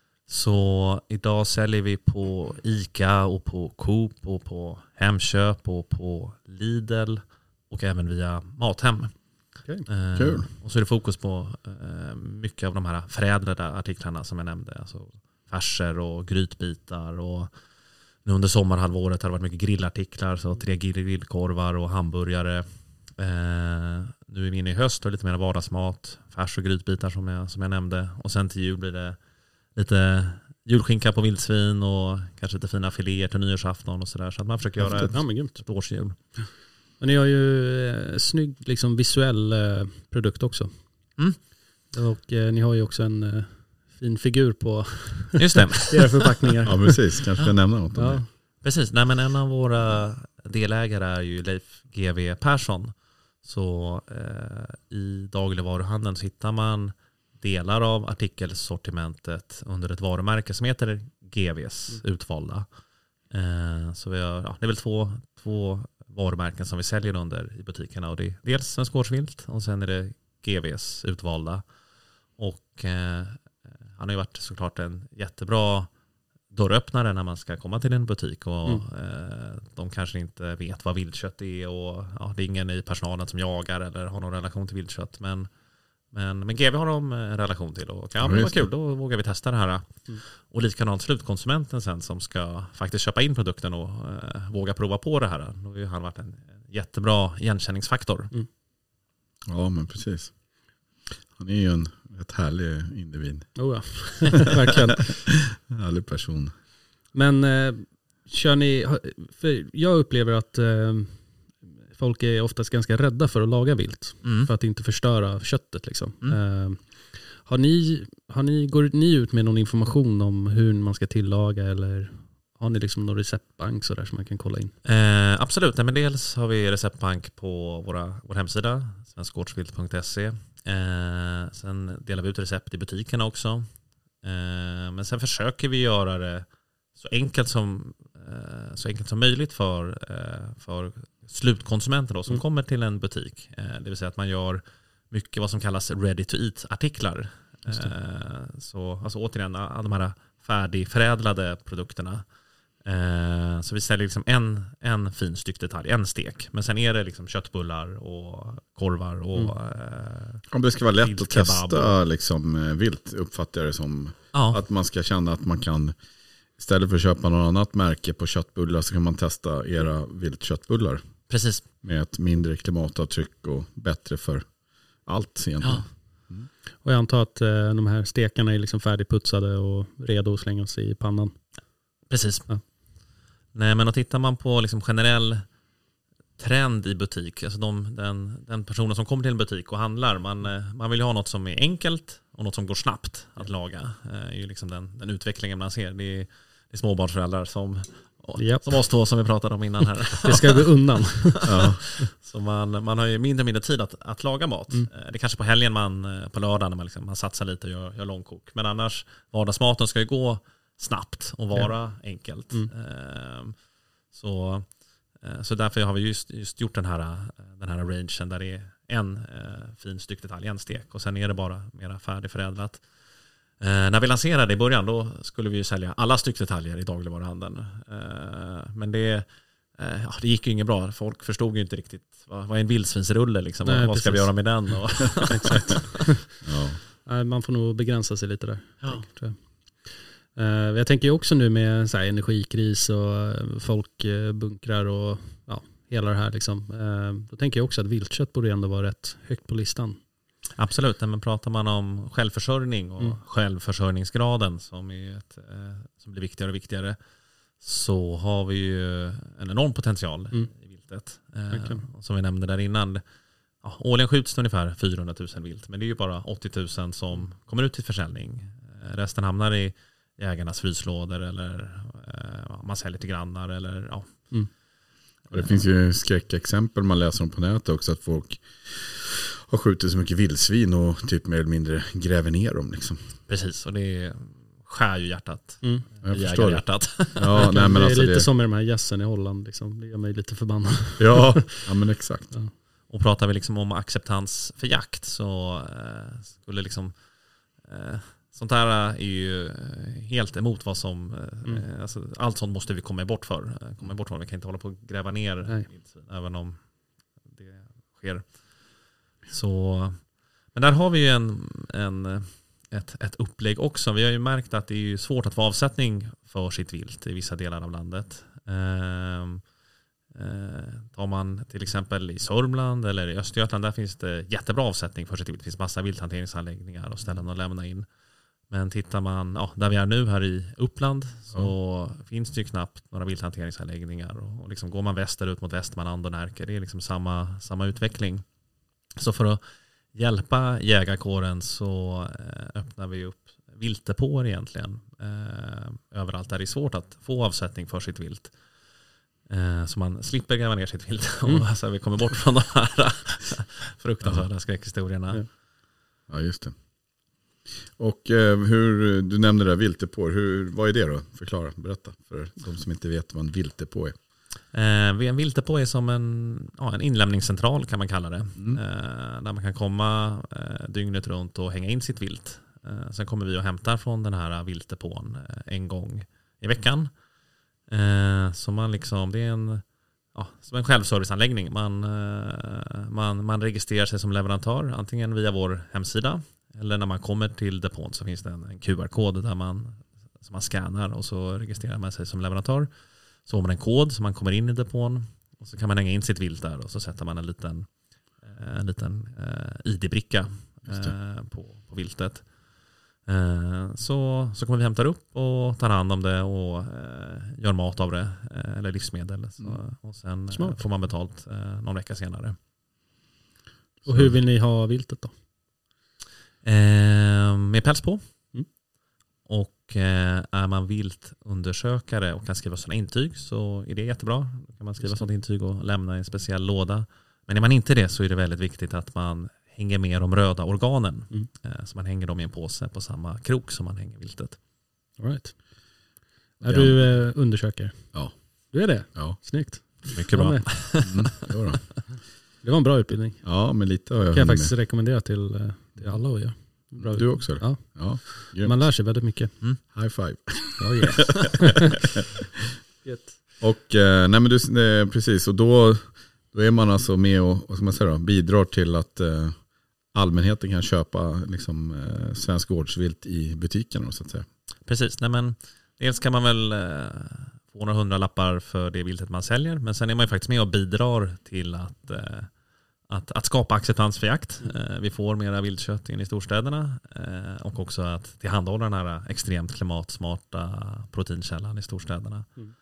Så idag säljer vi på ICA och på Coop och på Hemköp och på Lidl och även via Mathem. Okay. Eh, Kul. Och så är det fokus på eh, mycket av de här förädlade artiklarna som jag nämnde. Alltså färser och grytbitar och nu under sommarhalvåret har det varit mycket grillartiklar, så tre grillkorvar och hamburgare. Eh, nu är vi inne i höst och lite mer vardagsmat, färs och grytbitar som jag, som jag nämnde. Och sen till jul blir det lite julskinka på vildsvin och kanske lite fina filéer till nyårsafton och sådär. Så att man försöker göra ja, ett årsjul. Men ni har ju eh, snygg liksom, visuell eh, produkt också. Mm. Och eh, ni har ju också en... Eh, fin figur på just det. era förpackningar. Ja, precis. Kanske ska nämna något om ja. det. Precis. Nej, men en av våra delägare är ju Leif G W Persson. Så eh, i dagligvaruhandeln så hittar man delar av artikelsortimentet under ett varumärke som heter G V:s mm. utvalda. Eh, så vi har, ja, det är väl två, två varumärken som vi säljer under i butikerna. Och det är dels Svensk Gårdsvilt och sen är det G V:s utvalda. Och eh, han har ju varit såklart en jättebra dörröppnare när man ska komma till en butik och mm. eh, de kanske inte vet vad viltkött är och ja, det är ingen i personalen som jagar eller har någon relation till viltkött men, men, men G V har de en relation till och ja, men det var kul, då vågar vi testa det här. Mm. Och likadant slutkonsumenten sen som ska faktiskt köpa in produkten och eh, våga prova på det här. Då har ju han varit en jättebra igenkänningsfaktor. Mm. Ja, men precis. Han är ju en rätt härlig individ. Oh ja, verkligen. Härlig person. Men eh, kör ni, för jag upplever att eh, folk är oftast ganska rädda för att laga vilt. Mm. För att inte förstöra köttet liksom. Mm. Eh, har ni, har ni, går ni ut med någon information om hur man ska tillaga eller har ni liksom någon receptbank så där som man kan kolla in? Eh, absolut, nej, men dels har vi receptbank på våra, vår hemsida svensk gårdsvilt punkt se. Eh, sen delar vi ut recept i butikerna också. Eh, men sen försöker vi göra det så enkelt som, eh, så enkelt som möjligt för, eh, för slutkonsumenter då, som mm. kommer till en butik. Eh, det vill säga att man gör mycket vad som kallas ready to eat-artiklar. Eh, så alltså återigen, de här färdigförädlade produkterna. Eh, så vi säljer liksom en, en fin styckdetalj, en stek. Men sen är det liksom köttbullar och korvar och... Mm. Eh, Om det ska vara lätt att testa liksom, vilt, uppfattar jag det som. Ja. Att man ska känna att man kan, istället för att köpa något annat märke på köttbullar, så kan man testa era viltköttbullar. Precis. Med ett mindre klimatavtryck och bättre för allt egentligen. Ja. Mm. Och jag antar att eh, de här stekarna är liksom färdigputsade och redo att slängas i pannan. Precis. Ja. Nej, men då tittar man på liksom generell trend i butik, alltså de, den, den personen som kommer till en butik och handlar, man, man vill ju ha något som är enkelt och något som går snabbt att laga. Det är ju liksom den, den utvecklingen man ser. Det är, det är småbarnsföräldrar som, yep. som oss två som vi pratade om innan här. Det ska gå undan. Ja. Så man, man har ju mindre och mindre tid att, att laga mat. Mm. Det är kanske på helgen, man, på lördagen när man, liksom, man satsar lite och gör, gör långkok. Men annars, vardagsmaten ska ju gå snabbt och vara ja. enkelt. Mm. Så, så därför har vi just, just gjort den här, den här rangen där det är en eh, fin styckdetalj, en stek, och sen är det bara mera färdigförädlat. Eh, när vi lanserade i början, då skulle vi ju sälja alla styckdetaljer i dagligvaruhandeln. Eh, men det, eh, ja, det gick ju inget bra. Folk förstod ju inte riktigt vad, vad är en vildsvinsrulle liksom. Nej, vad precis. Ska vi göra med den? Och exakt. Ja. Man får nog begränsa sig lite där. Ja. Tänker, Uh, jag tänker ju också nu med så här, energikris och folk uh, bunkrar och ja, hela det här liksom. Uh, då tänker jag också att viltkött borde ändå vara rätt högt på listan. Absolut, men pratar man om självförsörjning och mm. självförsörjningsgraden som, är ett, uh, som blir viktigare och viktigare, så har vi ju en enorm potential mm. i viltet. Uh, som vi nämnde där innan. Ja, årligen skjuts det ungefär fyrahundratusen vilt, men det är ju bara åttio tusen som kommer ut till försäljning. Uh, resten hamnar i jägarnas fryslådor eller eh, man säljer till grannar eller ja. Mm. Och det finns ju skräckexempel man läser om på nätet också, att folk har skjutit så mycket vildsvin och typ mer eller mindre gräver ner dem liksom. Precis, och det skär ju hjärtat. Mm. Jag förstår hjärtat. Ja, nej, men det är alltså lite det... som med de här gässen i Holland liksom. Det gör mig lite förbannad. Ja, ja men exakt. Ja. Och pratar vi liksom om acceptans för jakt, så eh, skulle liksom eh, sånt här är ju helt emot vad som mm. alltså, allt sånt måste vi komma bort för. Komma bort för. Vi kan inte hålla på att gräva ner vildsvin, även om det sker. Så, men där har vi ju en, en, ett, ett upplägg också. Vi har ju märkt att det är svårt att få avsättning för sitt vilt i vissa delar av landet. Eh, eh, tar man till exempel i Sörmland eller i Östergötland, där finns det jättebra avsättning för sitt vilt. Det finns massa vilthanteringsanläggningar och ställen att lämna in. Men tittar man ja, där vi är nu här i Uppland, så mm. finns det ju knappt några vilthanteringsanläggningar. Och, och liksom går man västerut mot Västmanland och Närke, det är liksom samma, samma utveckling. Så för att hjälpa jägarkåren så eh, öppnar vi upp viltdepåer egentligen. Eh, överallt där det är svårt att få avsättning för sitt vilt. Eh, så man slipper gräva ner sitt vilt. Mm. Och alltså, vi kommer bort från de här fruktansvärda skräckhistorierna. Ja. Ja, just det. Och eh, hur, du nämnde det där viltdepåer, hur, vad är det då? Förklara, berätta för de som inte vet vad en viltdepå är. Eh, en viltdepå är som en, ja, en inlämningscentral kan man kalla det. Mm. Eh, där man kan komma eh, dygnet runt och hänga in sitt vilt. Eh, sen kommer vi och hämtar från den här viltdepån eh, en gång i veckan. Eh, så man liksom, det är en, ja, som en självserviceanläggning. Man, eh, man, man registrerar sig som leverantör antingen via vår hemsida, eller när man kommer till depån så finns det en, en Q R-kod där man, som man scannar, och så registrerar man sig som leverantör. Så har man en kod så man kommer in i depån, och så kan man hänga in sitt vilt där, och så sätter man en liten, en liten eh, I D-bricka eh, på, på viltet. Eh, så, så kommer vi hämta upp och tar hand om det och eh, gör mat av det, eh, eller livsmedel. Så, mm. Och sen eh, får man betalt eh, någon vecka senare. Och hur vill ni ha viltet då? Eh, med päls på. Mm. Och eh, är man viltundersökare och kan skriva sådana intyg, så är det jättebra. Då kan man skriva sådant intyg och lämna i en speciell låda. Men är man inte det, så är det väldigt viktigt att man hänger med de röda organen. Mm. Eh, så man hänger dem i en påse på samma krok som man hänger viltet. All right. Är ja. du eh, undersökare? Ja. Du är det? Ja. Snyggt. Mycket bra. Mm, det, var det var en bra utbildning. Ja, men lite har jag kan jag faktiskt med. rekommendera till, till alla att göra. Bra. Du också? Ja. Ja, man lär sig väldigt mycket. Mm. High five. Oh, yeah. Och eh, nej men du, eh, precis, och då, då är man alltså med och vad ska man säga då, bidrar till att eh, allmänheten kan köpa liksom, eh, svensk gårdsvilt i butiken så att säga. Precis, nej men dels kan man väl eh, få några hundra lappar för det viltet man säljer, men sen är man ju faktiskt med och bidrar till att, eh, att, att skapa acceptans för jakt. Eh, vi får mera viltkött in i storstäderna eh, och också att tillhandahålla den här extremt klimatsmarta proteinkällan i storstäderna. Mm.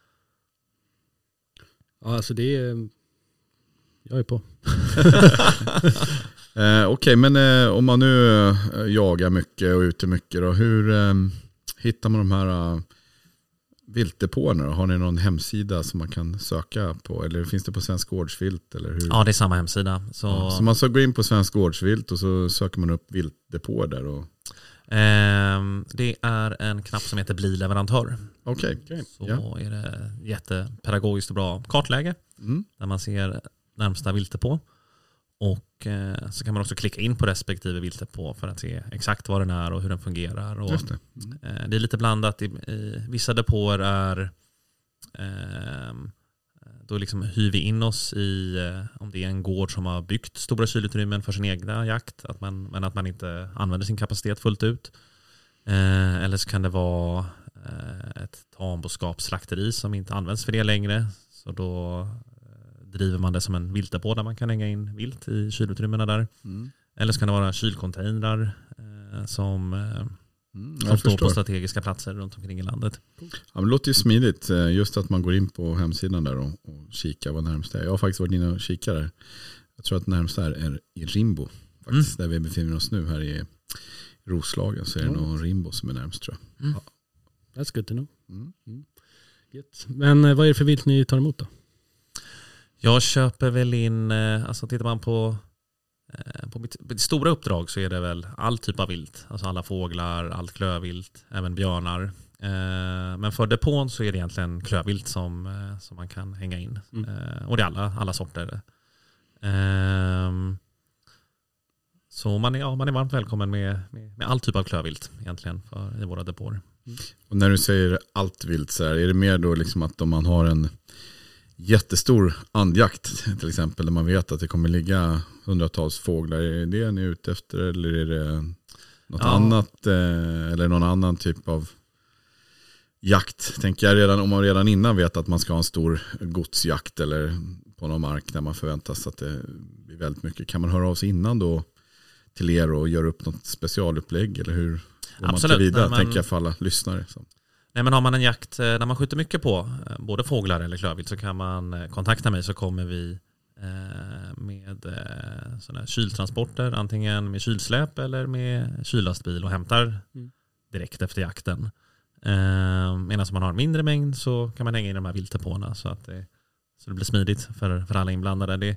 Ja, alltså det är... Jag är på. eh, Okej, okay, men eh, om man nu eh, jagar mycket och är ute mycket, då, hur eh, hittar man de här eh, viltdepåerna? Har ni någon hemsida som man kan söka på? Eller finns det på Svensk Gårdsvilt? Eller hur? Ja, det är samma hemsida. Så, ja, så man så går in på Svensk Gårdsvilt och så söker man upp viltdepåer där? Och... eh, det är en knapp som heter Bli leverantör. Okej. Okay. Så ja. är det jättepedagogiskt och bra kartläge mm. där man ser närmsta viltdepå. Och eh, så kan man också klicka in på respektive viltdepå för att se exakt vad den är och hur den fungerar. Och, Just det. Mm. eh, det är lite blandat. I, i vissa depåer är eh, då liksom hyr vi in oss i eh, om det är en gård som har byggt stora kylutrymmen för sin egna jakt, att man, men att man inte använder sin kapacitet fullt ut. Eh, eller så kan det vara eh, ett tamboskapsslakteri som inte används för det längre. Så då driver man det som en viltdepå där man kan hänga in vilt i kylutrymmena där. Mm. Eller så kan det vara kylcontainrar eh, som, eh, mm, som står på strategiska platser runt omkring i landet. Ja, men det låter ju smidigt just att man går in på hemsidan där och, och kikar vad närmast är. Jag har faktiskt varit inne och kikat där. Jag tror att närmast är, är i Rimbo faktiskt, mm. där vi befinner oss nu här i Roslagen, så är det mm. nog Rimbo som är närmast, tror jag. Mm. Ja. That's good to know. Mm. Mm. Men vad är det för vilt ni tar emot då? Jag köper väl in, alltså tittar man på, på mitt, mitt stora uppdrag så är det väl all typ av vilt. Alltså alla fåglar, allt klövvilt, även björnar. Men för depån så är det egentligen klövvilt som, som man kan hänga in. Mm. Och det är alla, alla sorter. Så man är, ja, man är varmt välkommen med, med, med all typ av klövvilt egentligen för, i våra depåer. Mm. Och när du säger allt vilt så här, är det mer då liksom att om man har en jättestor andjakt till exempel, där man vet att det kommer ligga hundratals fåglar, är det ni är ute efter, eller är det något ja. annat eh, eller någon annan typ av jakt? Tänker jag redan, om man redan innan vet att man ska ha en stor godsjakt eller på någon mark där man förväntas att det blir väldigt mycket, kan man höra av sig innan då till er och göra upp något specialupplägg, eller hur går man till vidare? Man... tänker jag för alla lyssnare. Så. Nej, men har man en jakt där man skjuter mycket på både fåglar eller klövvilt, så kan man kontakta mig, så kommer vi med sådana kyltransporter, antingen med kylsläp eller med kyllastbil, och hämtar direkt efter jakten. Medan man har en mindre mängd så kan man hänga in de här viltdepåerna så att det, så det blir smidigt för, för alla inblandade. Det,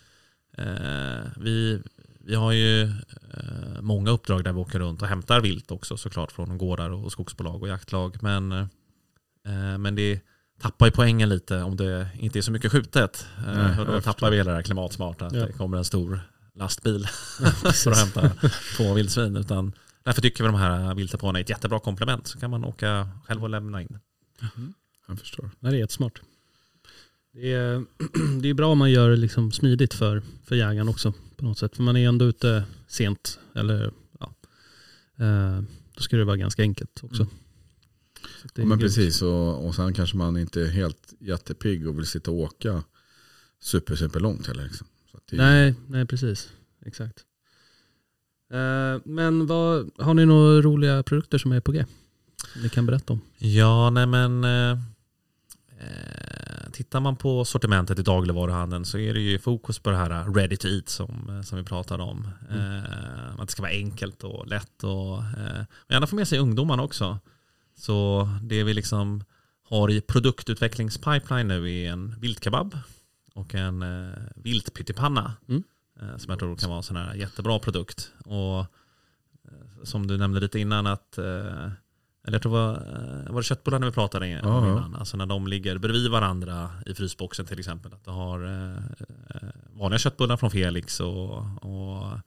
vi, vi har ju många uppdrag där vi åker runt och hämtar vilt också, såklart från gårdar och skogsbolag och jaktlag, men, men det tappar ju poängen lite om det inte är så mycket skjutet. Nej, och då tappar vi hela det här klimatsmarta, att ja. det kommer en stor lastbil för att hämta två vildsvin, utan därför tycker vi de här viltdepåerna är ett jättebra komplement, så kan man åka själv och lämna in. Mm. Jag förstår. Det är jättesmart. Det är, det är bra om man gör det liksom smidigt för, för jägaren också på något sätt. För man är ändå ute sent. Eller, ja, eh, då ska det vara ganska enkelt också. Mm. Ja, men precis. Och, och sen kanske man inte är helt jättepigg och vill sitta och åka super, super långt heller. Liksom. Så att det... nej, nej, precis. Exakt. Eh, men vad, har ni några roliga produkter som är på G? Ni kan berätta om. Ja, nej men... Eh... Tittar man på sortimentet i dagligvaruhandeln så är det ju fokus på det här ready to eat som, som vi pratade om. Mm. Eh, att det ska vara enkelt och lätt och eh, gärna få med sig ungdomarna också. Så det vi liksom har i produktutvecklingspipeline nu är en viltkebab och en eh, viltpyttipanna mm. eh, som jag tror kan vara en sån här jättebra produkt. Och eh, som du nämnde lite innan att eh, eller jag tror var, var det köttbullarna vi pratade om ja, innan. Ja. Alltså när de ligger bredvid varandra i frysboxen till exempel. Att du har eh, vanliga köttbullar från Felix och, och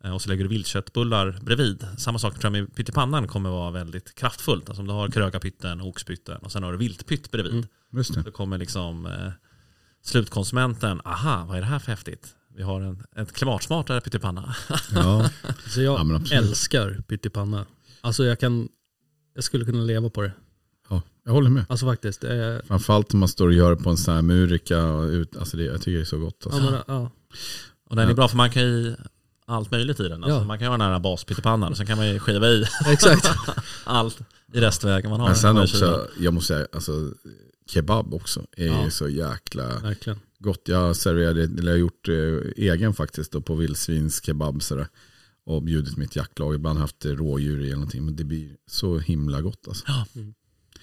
och så lägger du viltköttbullar bredvid. Samma sak tror jag med pyttipannan kommer vara väldigt kraftfullt. Alltså om du har krögarpytten och oxpytten och sen har du viltpytt bredvid. Mm, just det. Då kommer liksom eh, slutkonsumenten, aha, vad är det här för häftigt? Vi har en, en klimatsmartare pyttipanna. Ja. Så jag Ja, älskar pyttipanna. Alltså jag kan, jag skulle kunna leva på det. Ja, jag håller med. Alltså faktiskt. Det är, Framförallt om man står och gör det på en sån här murika. Och ut, alltså det, jag tycker det är så gott. Alltså. ja, men, ja. Och den är bra för man kan ju allt möjligt i den. Alltså Ja. Man kan ha den här baspyttipannan och sen kan man ju skiva i Exakt. allt i restvägen man har. Men sen Man också, jag måste säga, alltså, kebab också är Ja. ju så jäkla Verkligen. gott. Jag serverade, eller jag har gjort eh, egen faktiskt då, på vildsvins kebab sådär, och bjudit mitt jaktlag. Ibland haft rådjur i eller någonting, men det blir så himla gott alltså. Ja. Mm.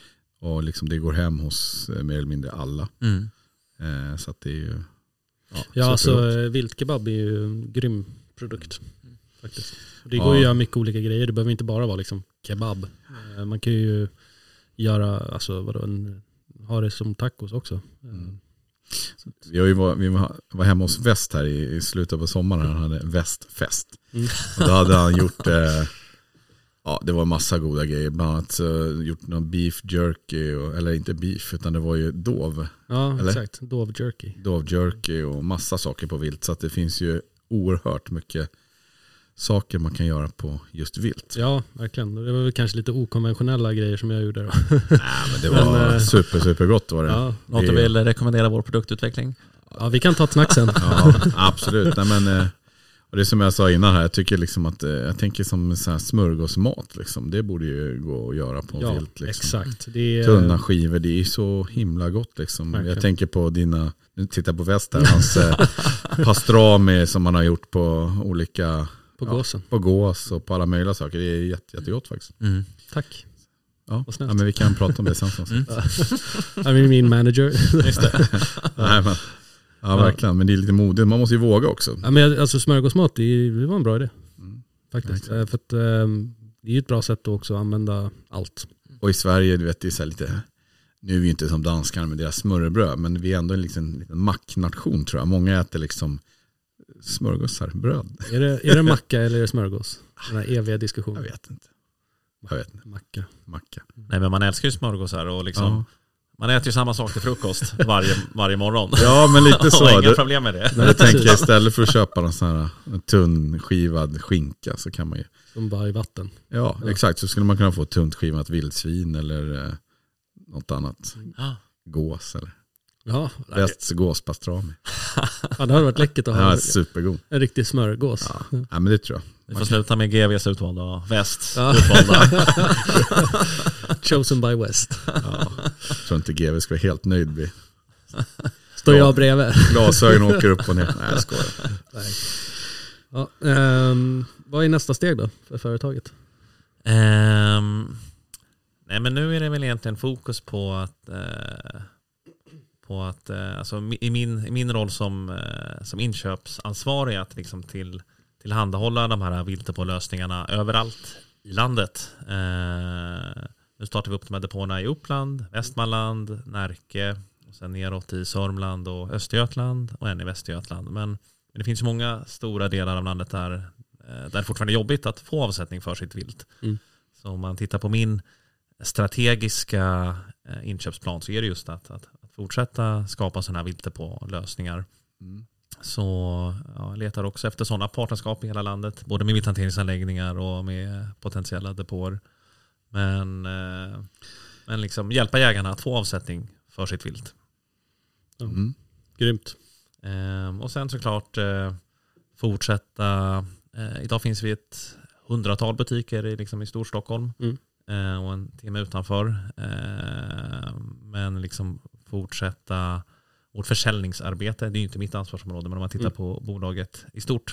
Och liksom det går hem hos eh, mer eller mindre alla. Mm. Eh, så att det är ju ja, Ja, alltså supergott. viltkebab är ju en grym produkt. Faktiskt. Och det Ja. går ju att göra mycket olika grejer. Det behöver inte bara vara liksom kebab. Eh, Man kan ju göra, alltså vadå, en, ha det som tacos också. Mm. Vi, har ju var, vi var, var hemma hos Väst här i, i slutet på sommaren. Han hade västfest. Mm. Och då hade han gjort eh, ja, det var en massa goda grejer. Bland annat uh, gjort någon beef jerky och, eller inte beef utan det var ju dov. Ja, Eller? exakt. Dove jerky. Dov jerky och massa saker på vilt. Så att det finns ju oerhört mycket saker man kan göra på just vilt. Ja, verkligen. Det var väl kanske lite okonventionella grejer som jag gjorde då. Nej, men det var Men, eh, super, super gott var det. Ja, Något du vill rekommendera vår produktutveckling? ja, vi kan ta ett snack sen. Ja, absolut. Nej, men, eh, och det är som jag sa innan här, jag tycker liksom att eh, jag tänker som så här smörgåsmat liksom. Det borde ju gå att göra på Ja, vilt liksom. exakt. Det är, Tunna skivor, det är så himla gott liksom. Verkligen. Jag tänker på dina, nu tittar på Väst här, hans eh, pastrami som man har gjort på olika, på ja, gåsen. på gås och på alla möjliga saker. Det är jätte, jättegott faktiskt. Mm. Tack. Ja. Vad snällt. Ja, men vi kan prata om det sen. Mm. Jag är min manager. Just det. Nej, men, ja, verkligen. Men det är lite modigt. Man måste ju våga också. Ja, men alltså smörgåsmat, det, är- det var en bra idé. Mm. Faktiskt. Ja, Eh, För att, ehm, det är ju ett bra sätt att också använda allt. Och i Sverige, du vet, det är så här lite, nu är vi inte som danskarna med deras smörrebröd, men vi är ändå en liten, liten macknation tror jag. Många äter liksom smörgåsar, bröd. Är det, är det macka eller är det smörgås? Den här eviga Jag diskussionen. vet inte. Jag vet inte. Macka. Macka. Nej, men man älskar ju smörgåsar och liksom, Ja. man äter ju samma sak till frukost varje, varje morgon. Ja, men lite så. Och inga Du, problem med det. Nej, jag tänker precis. istället för att köpa någon sån här en tunn skivad skinka så kan man ju, Som bara i vatten. ja, Ja. exakt, så skulle man kunna få tunt skivat vildsvin eller eh, något annat. Ja. Gås eller Ja, nej, Västs gåspastrami. ja, det hade varit läckert att Ja, ha supergod. en riktig smörgås. Ja. Ja, men det tror jag. Vi får sluta med G V:s utvalda och Västs Ja. utvalda. Chosen by West. Ja. Jag tror inte G V ska vara helt nöjd med. Står Ja. jag bredvid. Glasögon åker upp och ner. Nej, jag skojar. Nej. Ja, ehm, vad är nästa steg då för företaget? Ehm, nej, men nu är det väl egentligen fokus på att eh, på att eh, alltså, i, min, i min roll som, eh, som inköpsansvarig att liksom till, tillhandahålla de här viltdepålösningarna överallt i landet. Eh, nu startar vi upp de här depåerna i Uppland, Västmanland, Närke och sen neråt i Sörmland och Östergötland och en i Västergötland. Men, men det finns ju många stora delar av landet där, eh, där det fortfarande är jobbigt att få avsättning för sitt vilt. Mm. Så om man tittar på min strategiska eh, inköpsplan så är det just att, att, att fortsätta skapa sådana här viltdepålösningar. Mm. Så ja, jag letar också efter sådana partnerskap i hela landet, både med vilthanteringsanläggningar och med potentiella depåer. Men, eh, men liksom hjälpa jägarna att få avsättning för sitt vilt. Mm. Grymt. Eh, och sen såklart eh, fortsätta. Eh, idag finns vi ett hundratal butiker i, liksom i Storstockholm Mm. eh, och en timme utanför. Eh, men liksom fortsätta vårt försäljningsarbete. Det är ju inte mitt ansvarsområde, men om man tittar Mm. på bolaget i stort.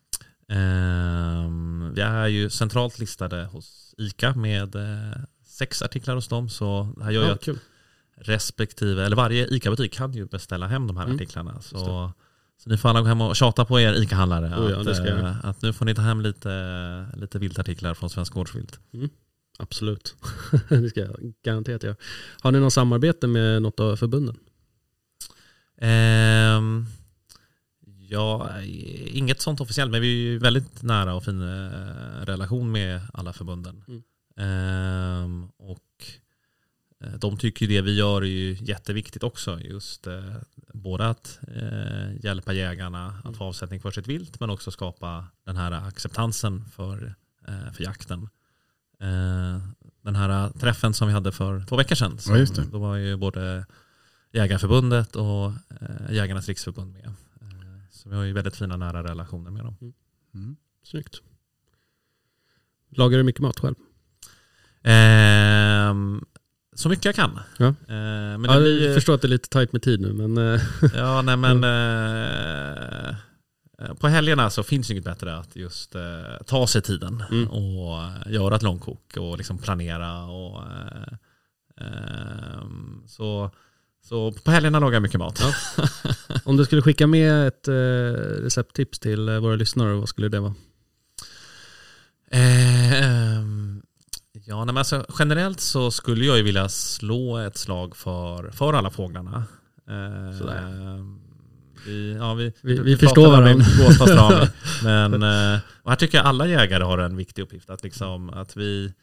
Eh, vi är ju centralt listade hos ICA med eh, sex artiklar hos dem. Så det här gör ju Ja, att kul. respektive, eller varje ICA-butik kan ju beställa hem de här Mm. artiklarna. Just Så, så ni får alla gå hem och tjata på er ICA-handlare Oh ja, att, det ska jag eh, göra. att nu får ni ta hem lite, lite viltartiklar från Svensk Gårdsvilt. Absolut. Det ska jag garanterat göra. Har ni någon samarbete med något av förbunden? Ehm, Ja, inget sånt officiellt, men vi är ju väldigt nära och fin relation med alla förbunden. Mm. Ehm, och de tycker det vi gör är ju jätteviktigt också. Just eh, både att eh, hjälpa jägarna att få avsättning för sitt vilt, men också skapa den här acceptansen för, eh, för jakten. Eh, den här träffen som vi hade för två veckor sedan, så, ja, just det. Då var ju både Jägarförbundet och eh, Jägarnas riksförbund med. Eh, så vi har ju väldigt fina nära relationer med dem. Mm. Mm. Snyggt. Lagar du mycket mat själv? Eh, så mycket jag kan. Ja. Eh, men ja, blir, jag förstår att det är lite tajt med tid nu. Men, ja, nej men eh, på helgerna så finns det inget bättre att just eh, ta sig tiden mm. och göra ett långkok och liksom planera. Och, eh, eh, så, så på helgerna lagar jag mycket mat. Ja. Om du skulle skicka med ett eh, recepttips till våra lyssnare, vad skulle det vara? Eh, eh, Ja, nej, men alltså, generellt så skulle jag ju vilja slå ett slag för, för alla fåglarna. Eh, vi, ja, vi, vi, vi förstår varandra. Men eh, och här tycker jag alla jägare har en viktig uppgift. Att, liksom, att vi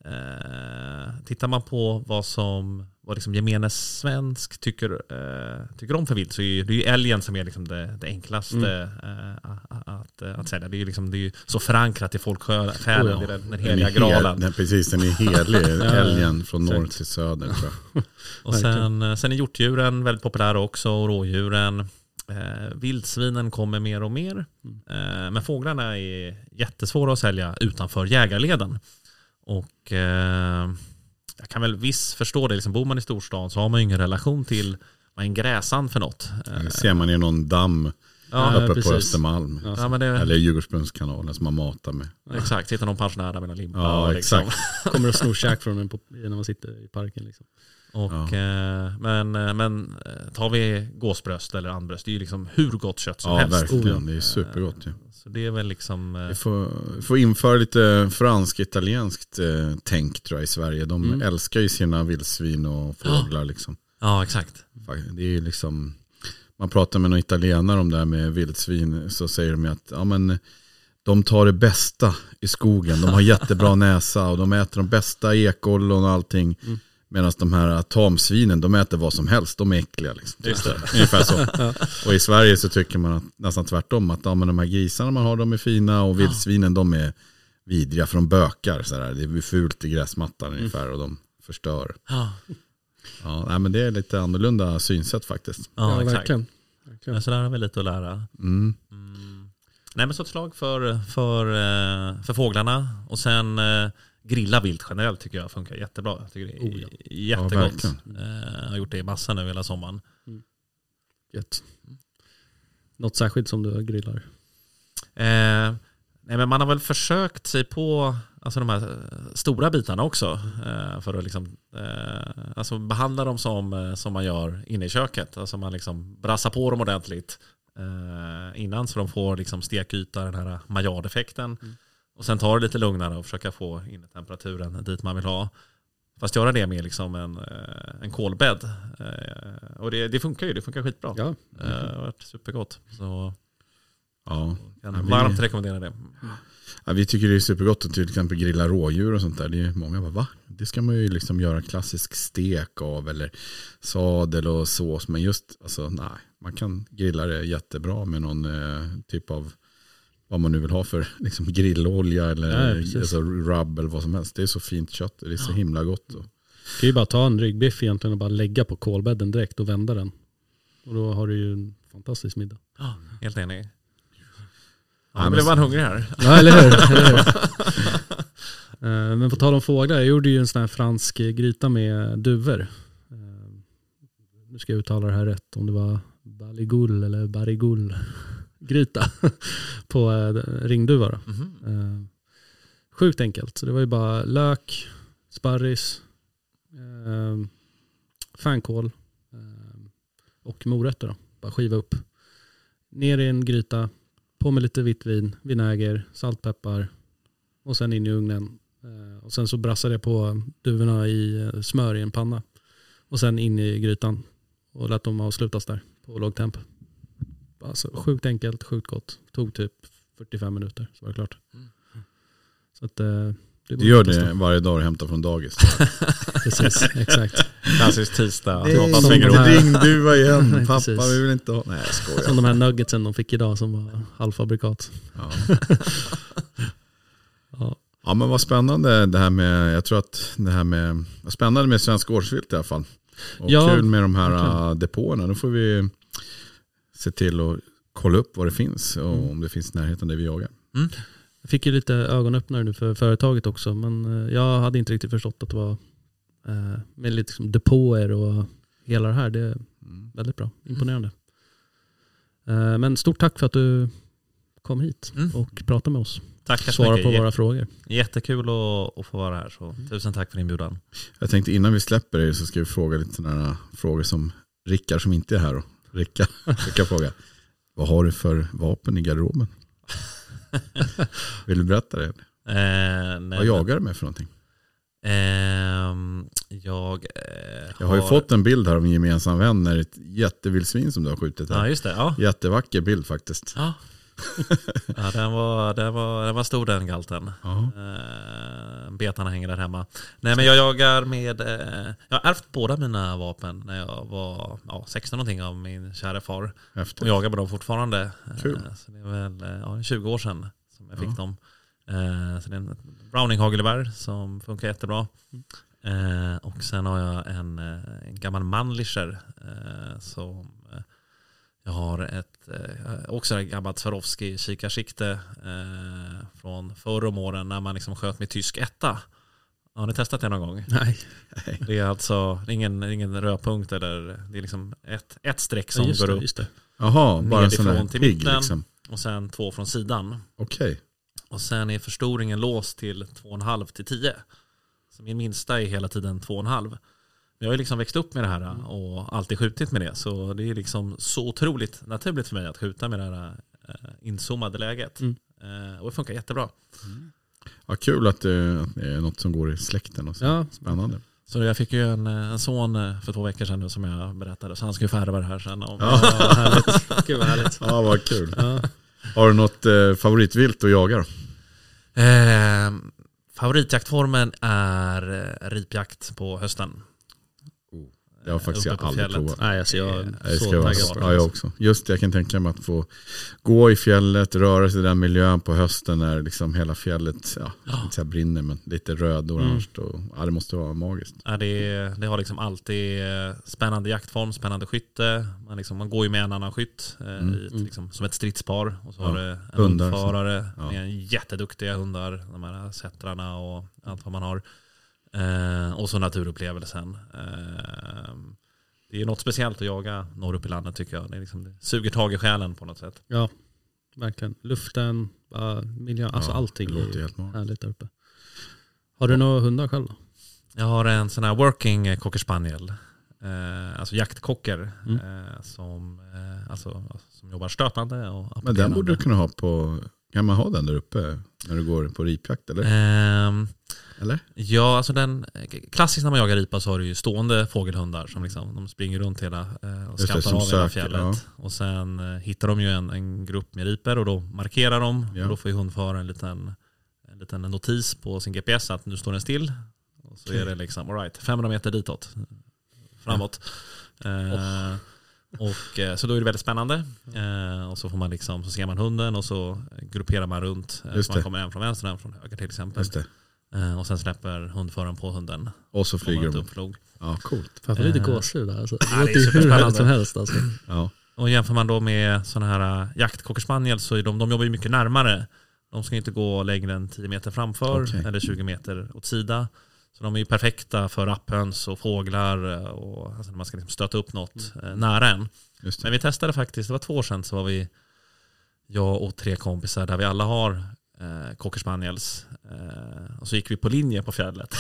eh, tittar man på vad som vad liksom gemene svensk tycker, eh, tycker om för vilt, så är det ju älgen som är liksom det, det enklaste mm. eh, att, att säga. Det är ju liksom, det är ju så förankrat i folkfärden, oh ja. Det är den, den heliga den graalen. Nej, precis, den är helig, älgen från norr till söder. Tror jag. Och sen, sen är hjortdjuren väldigt populära också, och rådjuren. Eh, vildsvinen kommer mer och mer. Mm. Eh, men fåglarna är jättesvåra att sälja utanför jägarleden. Och eh, jag kan väl viss förstå det. Liksom, bor man i storstan så har man ju ingen relation till vad en gräsand för något. Det ser man i någon damm ja, uppe precis. På Östermalm. Ja, men det... Eller Djurgårdsbrunnskanalen som man matar med. Exakt, hittar någon pensionär där med en limpa. Ja, och liksom. exakt. Kommer att sno käk från en på, när man sitter i parken. Liksom. Och, ja. eh, men, men tar vi gåsbröst eller andbröst, det är ju liksom hur gott kött som ja, helst. Verkligen. Oh, ja. Det är supergott. Ja. Så det är väl liksom... Eh... Vi får, får införa lite fransk-italienskt eh, tänk tror jag i Sverige. De mm. älskar ju sina vildsvin och fåglar. Ja, liksom. ja exakt. Det är ju liksom... Man pratar med någon italienare om det här med vildsvin, så säger de att ja, men, de tar det bästa i skogen. De har jättebra näsa och de äter de bästa ekollon och allting. Mm. Medan de här tamsvinen, de äter vad som helst. De är äckliga. Liksom. Just det. Ungefär så. Ja. Och i Sverige så tycker man att, nästan tvärtom. Att ja, men de här grisarna man har, de är fina. Och vildsvinen, de är vidriga. För de bökar. Sådär. Det blir fult i gräsmattan mm. ungefär. Och de förstör. Ja. Ja, nej, men det är lite annorlunda synsätt faktiskt. Ja, ja exakt. verkligen. verkligen. Men så där har vi lite att lära. Mm. Mm. Nej, men så ett slag för, för, för fåglarna. Och sen... grilla vilt generellt tycker jag funkar jättebra. Jag tycker det är oh, ja. jättegott. Ja, jag har gjort det i massa nu hela sommaren. Mm. Gött. Något särskilt som du grillar? Eh, nej, men man har väl försökt sig på alltså de här stora bitarna också. Eh, för att liksom, eh, alltså behandla dem som, som man gör inne i köket. Alltså man liksom brassar på dem ordentligt eh, innan, så de får liksom stekyta, den här Maillard-effekten. Mm. Och sen tar det lite lugnare och försöka få in temperaturen dit man vill ha. Fast göra det med liksom en, en kolbädd. Och det, det funkar ju, det funkar skitbra. Ja. Det har varit supergott. Så ja. kan ja, vi, varmt rekommendera det. Ja, vi tycker det är supergott att till exempel grilla rådjur och sånt där. Det är många bara, va? Det ska man ju liksom göra klassisk stek av eller sadel och sås. Men just, alltså nej, man kan grilla det jättebra med någon eh, typ av vad man nu vill ha för liksom, grillolja eller ja, alltså, rub eller vad som helst. Det är så fint kött. Det är så himla gott. Och... Du kan ju bara ta en ryggbiff egentligen och bara lägga på kolbädden direkt och vända den. Och då har du ju en fantastisk middag. Ja, helt enig. Ja, nu blev man hungrig här. Ja, eller hur? Eller hur? Men på tal om fåglar, jag gjorde ju en sån här fransk gryta med duvor. Nu ska jag uttala det här rätt, om det var baligoul eller barigull. Gryta på äh, ringduva då. Mm-hmm. Uh, sjukt enkelt. Så det var ju bara lök, sparris, uh, fänkål uh, och morötter då. Bara skiva upp. Ner i en gryta, på med lite vitt vin, vinäger, saltpeppar och sen in i ugnen. Uh, och sen så brassade jag på duvorna i uh, smör i en panna. Och sen in i grytan och lät dem avslutas där på låg temp. Alltså, sjukt enkelt, sjukt gott. Tog typ fyrtiofem minuter så var det klart. Mm. Så att, det du gör det testa. Varje dag och hämtar från dagis. Precis, exakt. Klassisk tisdag. Nej, ringduva igen. Nej, pappa, precis. Vi vill inte ha. Nej, jag skojar. Som de här nuggetsen de fick idag som var halvfabrikat. Ja. ja. Ja, men vad spännande det här med, jag tror att det här med, vad spännande med svensk gårdsvilt i alla fall. Och ja, kul med de här okay. depåerna. Då får vi se till att kolla upp vad det finns och mm. om det finns närheten där vi jagar. Mm. Jag fick ju lite ögonöppnare nu för företaget också, men jag hade inte riktigt förstått att det var eh, med lite liksom depåer och hela det här. Det är mm. väldigt bra, imponerande. Mm. Eh, men stort tack för att du kom hit mm. och pratade med oss. Tack så Svara mycket. på J- våra frågor. Jättekul att, att få vara här, så mm. tusen tack för inbjudan. Jag tänkte innan vi släpper det så ska vi fråga lite sådana frågor som Rickard som inte är här. Rickard, Rickard fråga. Vad har du för vapen i garderoben? Vill du berätta det? Eh, nej, Vad jagar du med för någonting? Eh, jag eh, Jag har ju har... fått en bild här av en gemensam vän när ett jättevildsvin som du har skjutit här. Ja, just det. Ja. Jättevacker bild faktiskt. Ja. Ja, den var, den var, den var stor den galten. Uh-huh. Eh, betarna hänger där hemma. Nej, men jag jagar med eh, jag har ärvt båda mina vapen när jag var ja, sexton någonting av min kära far. Häftigt. Och jagar med dem fortfarande. Kul. Eh, så det är väl ja, tjugo år sedan som jag fick uh-huh. dem. Eh, så det är en Browning-hagelgevär som funkar jättebra. Mm. Eh, och sen har jag en, en gammal Mannlicher eh, som eh, jag har ett eh, också ett gammalt Swarovski kikarsikte eh, från förra om åren när man liksom sköt med tysk etta. Har ni testat det någon gång? Nej. Det är alltså ingen, ingen rödpunkt eller det är liksom ett, ett streck som ja, går det, upp. just det. Jaha, bara nedifrån till mitten liksom. Och sen två från sidan. Okej. Okay. Och sen är förstoringen låst till två komma fem till tio. Så min minsta är hela tiden två komma fem. Jag har ju liksom växt upp med det här och alltid skjutit med det. Så det är liksom så otroligt naturligt för mig att skjuta med det här eh, inzoomade läget. Mm. Eh, och det funkar jättebra. Mm. Ja, kul att det, att det är något som går i släkten. Och så. Ja. Spännande. Så jag fick ju en, en son för två veckor sedan nu som jag berättade. Så han ska ju färva det här sen. Om. Ja, ja, härligt. Gud vad härligt. Ja, vad kul. Ja. Har du något eh, favoritvilt att jaga då? Eh, favoritjaktformen är ripjakt på hösten. Det har faktiskt jag aldrig fjället. provat. Nej, alltså jag är jag så taggad. Ja, jag också. Just det, jag kan tänka mig att få gå i fjället, röra sig i den miljön på hösten när liksom hela fjället ja, ja. inte så brinner, men lite röd och orange. Mm. Och, ja, det måste vara magiskt. Ja, det, det har liksom alltid spännande jaktform, spännande skytte. Man, liksom, man går ju med en annan skytt mm. i, liksom, som ett stridspar. Och så ja. har det en hundar, hundförare ja. med jätteduktiga hundar. De här sättrarna och allt vad man har. Eh, och så naturupplevelsen. Eh, det är något speciellt att jaga norr upp i landet tycker jag. Det, är liksom, det suger tag i själen på något sätt. Ja, verkligen. Luften, uh, miljön, alltså ja, allting är helt härligt där uppe. Har du ja. några hundar själv då? Jag har en sån här working cocker spaniel. Eh, alltså jaktkocker mm. eh, som, eh, alltså, som jobbar stötande. Och men den borde du kunna ha på, kan man ha den där uppe när du går på ripjakt eller? Eh, Eller? Ja, alltså den klassiskt när man jagar ripa så har du ju stående fågelhundar som liksom, de springer runt hela eh, och skantar av hela fjället. Ja. Och sen eh, hittar de ju en, en grupp med riper och då markerar de ja. och då får ju hundföraren en liten, en liten notis på sin G P S att nu står den still. Och så okay. är det liksom, all right, femhundra meter ditåt, framåt. Ja. Eh, oh. Och eh, så då är det väldigt spännande. Eh, och så får man liksom, så ser man hunden och så grupperar man runt. Eh, så man kommer en från vänster och en från höger till exempel. Just det. Och sen släpper hundföraren på hunden. Och så flyger de. Ja, coolt. Fan, det är lite gåshud där. Alltså. Ja, det är hur härligt som helst. Alltså. Ja. Och jämför man då med sådana här jaktcockerspaniel så är de, de jobbar ju mycket närmare. De ska inte gå längre än tio meter framför okay. eller tjugo meter åt sida. Så de är ju perfekta för rapphöns och fåglar och alltså när man ska liksom stöta upp något mm. nära en. Men vi testade faktiskt, det var två år sedan så var vi jag och tre kompisar där vi alla har Eh, cocker spaniels eh, och så gick vi på linje på fjället.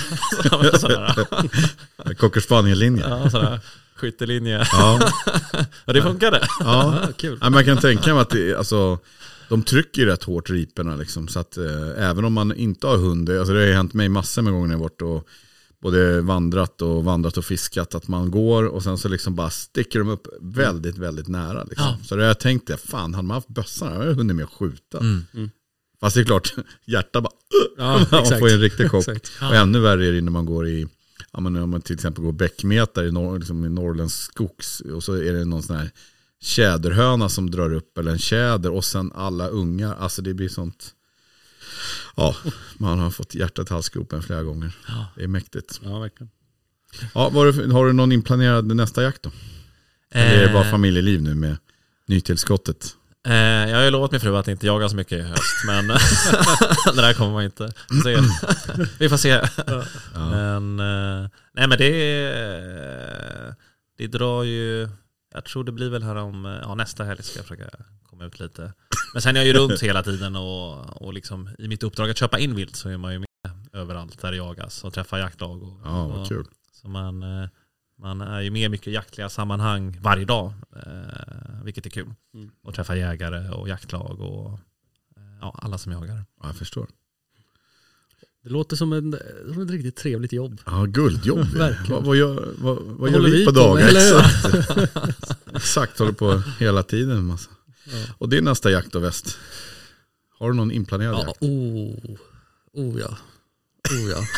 Cocker spaniel-linje. Ja, sådär skyttelinje. Ja. Och det funkade. Ja, kul. Ja, man kan tänka mig att det, alltså, de trycker rätt hårt riporna liksom, så att eh, även om man inte har hund, alltså det har ju hänt mig massor med gånger när jag varit och både vandrat och vandrat och fiskat, att man går och sen så liksom bara sticker de upp väldigt, väldigt nära. Liksom. Ja. Så då jag tänkte, fan, hade man haft bössan, jag hade hunnit med att skjuta. Mm. Mm. Fast det är klart, hjärtat bara, ja, man får en riktig chock. Ja. Och ännu värre är det när man går i, ja, men om man till exempel går bäckmetar i, norr, liksom i Norrlands skogs, och så är det någon sån här tjäderhöna som drar upp, eller en tjäder, och sen alla ungar, alltså det blir sånt. Ja, man har fått hjärtat i halsgropen flera gånger. Ja. Det är mäktigt. Ja, verkligen. Ja, var, har du någon inplanerad nästa jakt då? Eller är det bara familjeliv nu med nytillskottet? Eh, jag har ju lovat min fru att inte jaga så mycket i höst, men det där kommer man inte se. Vi får se. Ja. Men, eh, nej, men det, det drar ju, jag tror det blir väl här om ja, nästa helg ska jag försöka komma ut lite. Men sen är jag ju runt hela tiden och, och liksom, i mitt uppdrag att köpa in vilt så är man ju med överallt där det jagas och träffar jaktlag. Och, ja, vad kul. Så man, man är ju med i mycket jaktliga sammanhang varje dag, eh, vilket är kul. Mm. Och träffa jägare och jaktlag och ja, alla som jagar. Ja, jag förstår. Det låter som, en, som ett riktigt trevligt jobb. Ja, guldjobb. Verkligen. Vad, vad gör, vad, vad gör vi, vi på dagar? Exakt. Exakt, håller på hela tiden. Massa. Ja. Och det är nästa jakt och väst. Har du någon inplanerad ja, jakt? Oh, oh ja. Oh ja.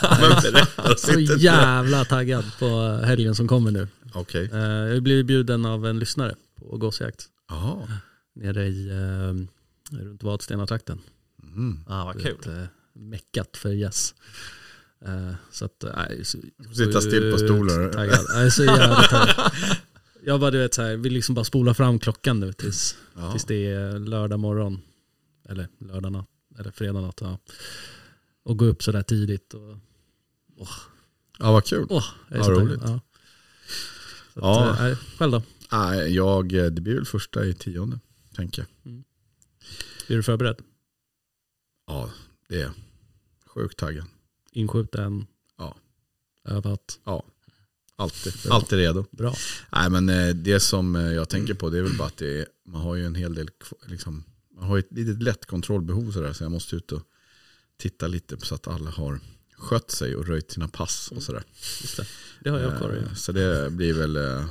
Så jävla taggad på helgen som kommer nu. Okay. Jag blir bjuden av en lyssnare på gåsjakt. Aha. Nere i uh, runt Vadstena-trakten. Mm. Ah, vad kul. Ett, uh, meckat för gäss. Uh, så att, uh, så, sitta still på stolar. Taggad. Uh, så jävla taggad. Jag bara, du vet, så här, vill liksom bara spola fram klockan nu tills, ja. tills det är lördag morgon. Eller lördag natt. Eller fredag natt. Ja. Och gå upp så där tidigt. Och, oh. Ja, vad kul. Oh, jag är ja, roligt. Ja. Så ja. Att, äh, själv då? Nej, jag, det blir väl första i tionde, tänker jag. Mm. Är du förberedd? Ja, det är sjukt taggad. Inskjuten? Ja. Övat? Ja, alltid. Bra. Alltid redo. Bra. Nej, men det som jag tänker på, det är väl bara att det är, man har ju en hel del, liksom, man har ett litet lätt kontrollbehov sådär, så jag måste ut och titta lite så att alla har skött sig och röjt sina pass och sådär. Just det. Det har jag kvar. Ja. Så det blir väl eh,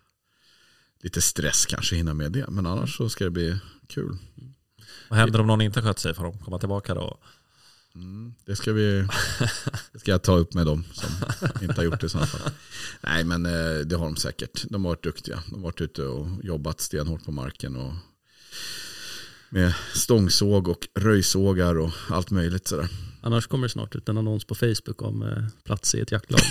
lite stress kanske hinna med det. Men annars så ska det bli kul. Vad händer om någon inte skött sig? Får de komma tillbaka då? Mm, det ska vi det ska jag ta upp med dem som inte har gjort det i sådana fall. Nej, men eh, det har de säkert. De har varit duktiga. De har varit ute och jobbat stenhårt på marken och med stångsåg och röjsågar och allt möjligt sådär. Annars kommer det snart ut en annons på Facebook om eh, plats i ett jaktlag.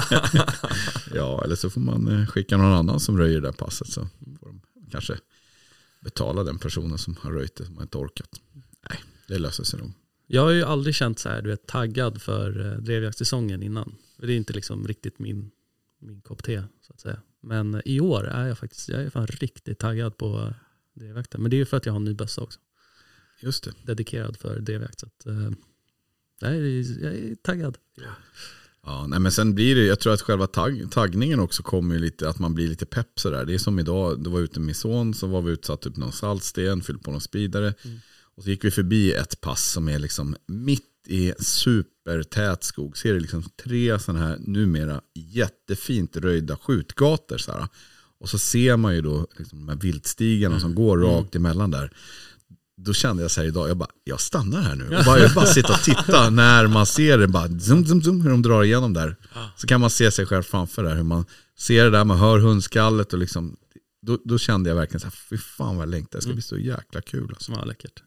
Ja, eller så får man eh, skicka någon annan som röjer det där passet, så får de kanske betala den personen som har röjt det som har inte orkat. Nej, det löser sig nog. Jag har ju aldrig känt så här, du är taggad för eh, drevjaktssäsongen innan. Det är inte liksom riktigt min, min kopp te så att säga. Men eh, i år är jag faktiskt, jag är fan riktigt taggad på eh, drevjakten. Men det är ju för att jag har en ny bössa också. Just det. Dedikerad för drevjakt. Så att, eh, nej, jag är taggad. Ja. Ja, nej, men sen blir det, jag tror att själva tagg, taggningen också kommer lite, att man blir lite pepp sådär. Det är som idag, då var ute med min son, så var vi utsatt upp någon saltsten, fyllt på någon spridare. Mm. Och så gick vi förbi ett pass som är liksom mitt i supertät skog. Ser det liksom tre sådana här numera jättefint röjda skjutgator så här. Och så ser man ju då liksom de här viltstigarna mm. som går rakt emellan där. Då kände jag så här idag, jag bara, jag stannar här nu. Och bara, jag bara sitter och tittar när man ser det, bara zoom, zoom, zoom, hur de drar igenom där. Så kan man se sig själv framför där, hur man ser det där, man hör hundskallet och liksom, då, då kände jag verkligen så här, fy fan vad jag längtar, det ska bli så jäkla kul. Alltså. Ja, läckert.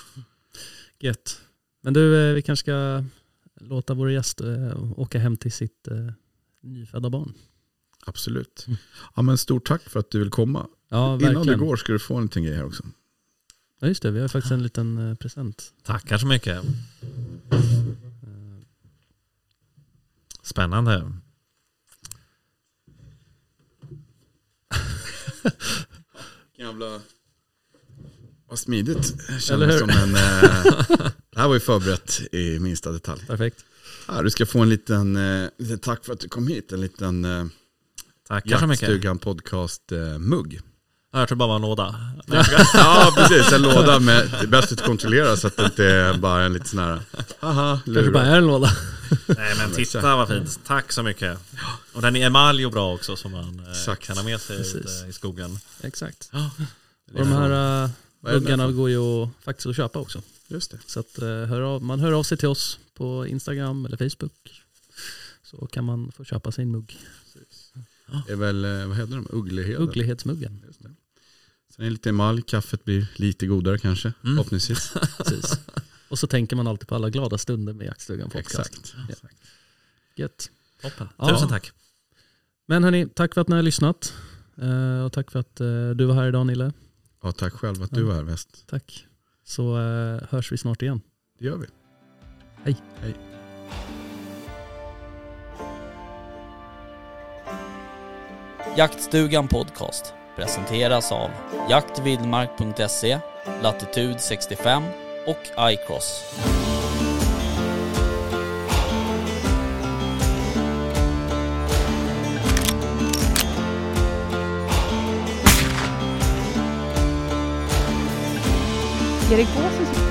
Gött. Men du, vi kanske ska låta vår gäst åka hem till sitt uh, nyfödda barn. Absolut. Ja, men stort tack för att du vill komma. Ja, verkligen. Innan du går ska du få en liten grej här också. Ja, just det. Vi har faktiskt en liten uh, present. Tackar så mycket. Spännande. Jävla... Vad smidigt. Känns som en, eh, det här var ju förberett i minsta detalj. Perfekt. Ja, du ska få en liten, eh, liten tack för att du kom hit. En liten eh, Jaktstugan podcast eh, mugg. Jag tror bara var en låda. Ja, precis. En låda med, det är bäst att kontrollera så att det inte är bara en liten sån här, aha, Kanske bara är en låda. Nej, men titta vad fint. Tack så mycket. Och den är emalj och bra också som man Exakt. kan ha med sig ut, i skogen. Exakt. Och de här uh, muggarna går ju att, faktiskt att köpa också. Just det. Så att, uh, hör av, man hör av sig till oss på Instagram eller Facebook. Så kan man få köpa sin mugg. Det är väl, vad heter de? Uggleheden? Ugglehedsmuggen. Just det. Sen är det lite emalj, kaffet blir lite godare kanske, mm. förhoppningsvis. Precis. Och så tänker man alltid på alla glada stunder med Jaktstugan podcast. Exakt. Ja. Gött. Toppen. Ja. Tusen tack. Men hörni, tack för att ni har lyssnat. Uh, och tack för att uh, du var här idag, Nille. Ja, tack själv att du var här, Väst. Tack. Så uh, hörs vi snart igen. Det gör vi. Hej. Hej. Jaktstugan podcast presenteras av jaktvildmark punkt se, Latitude sextiofem och iCross. Är det gåsen som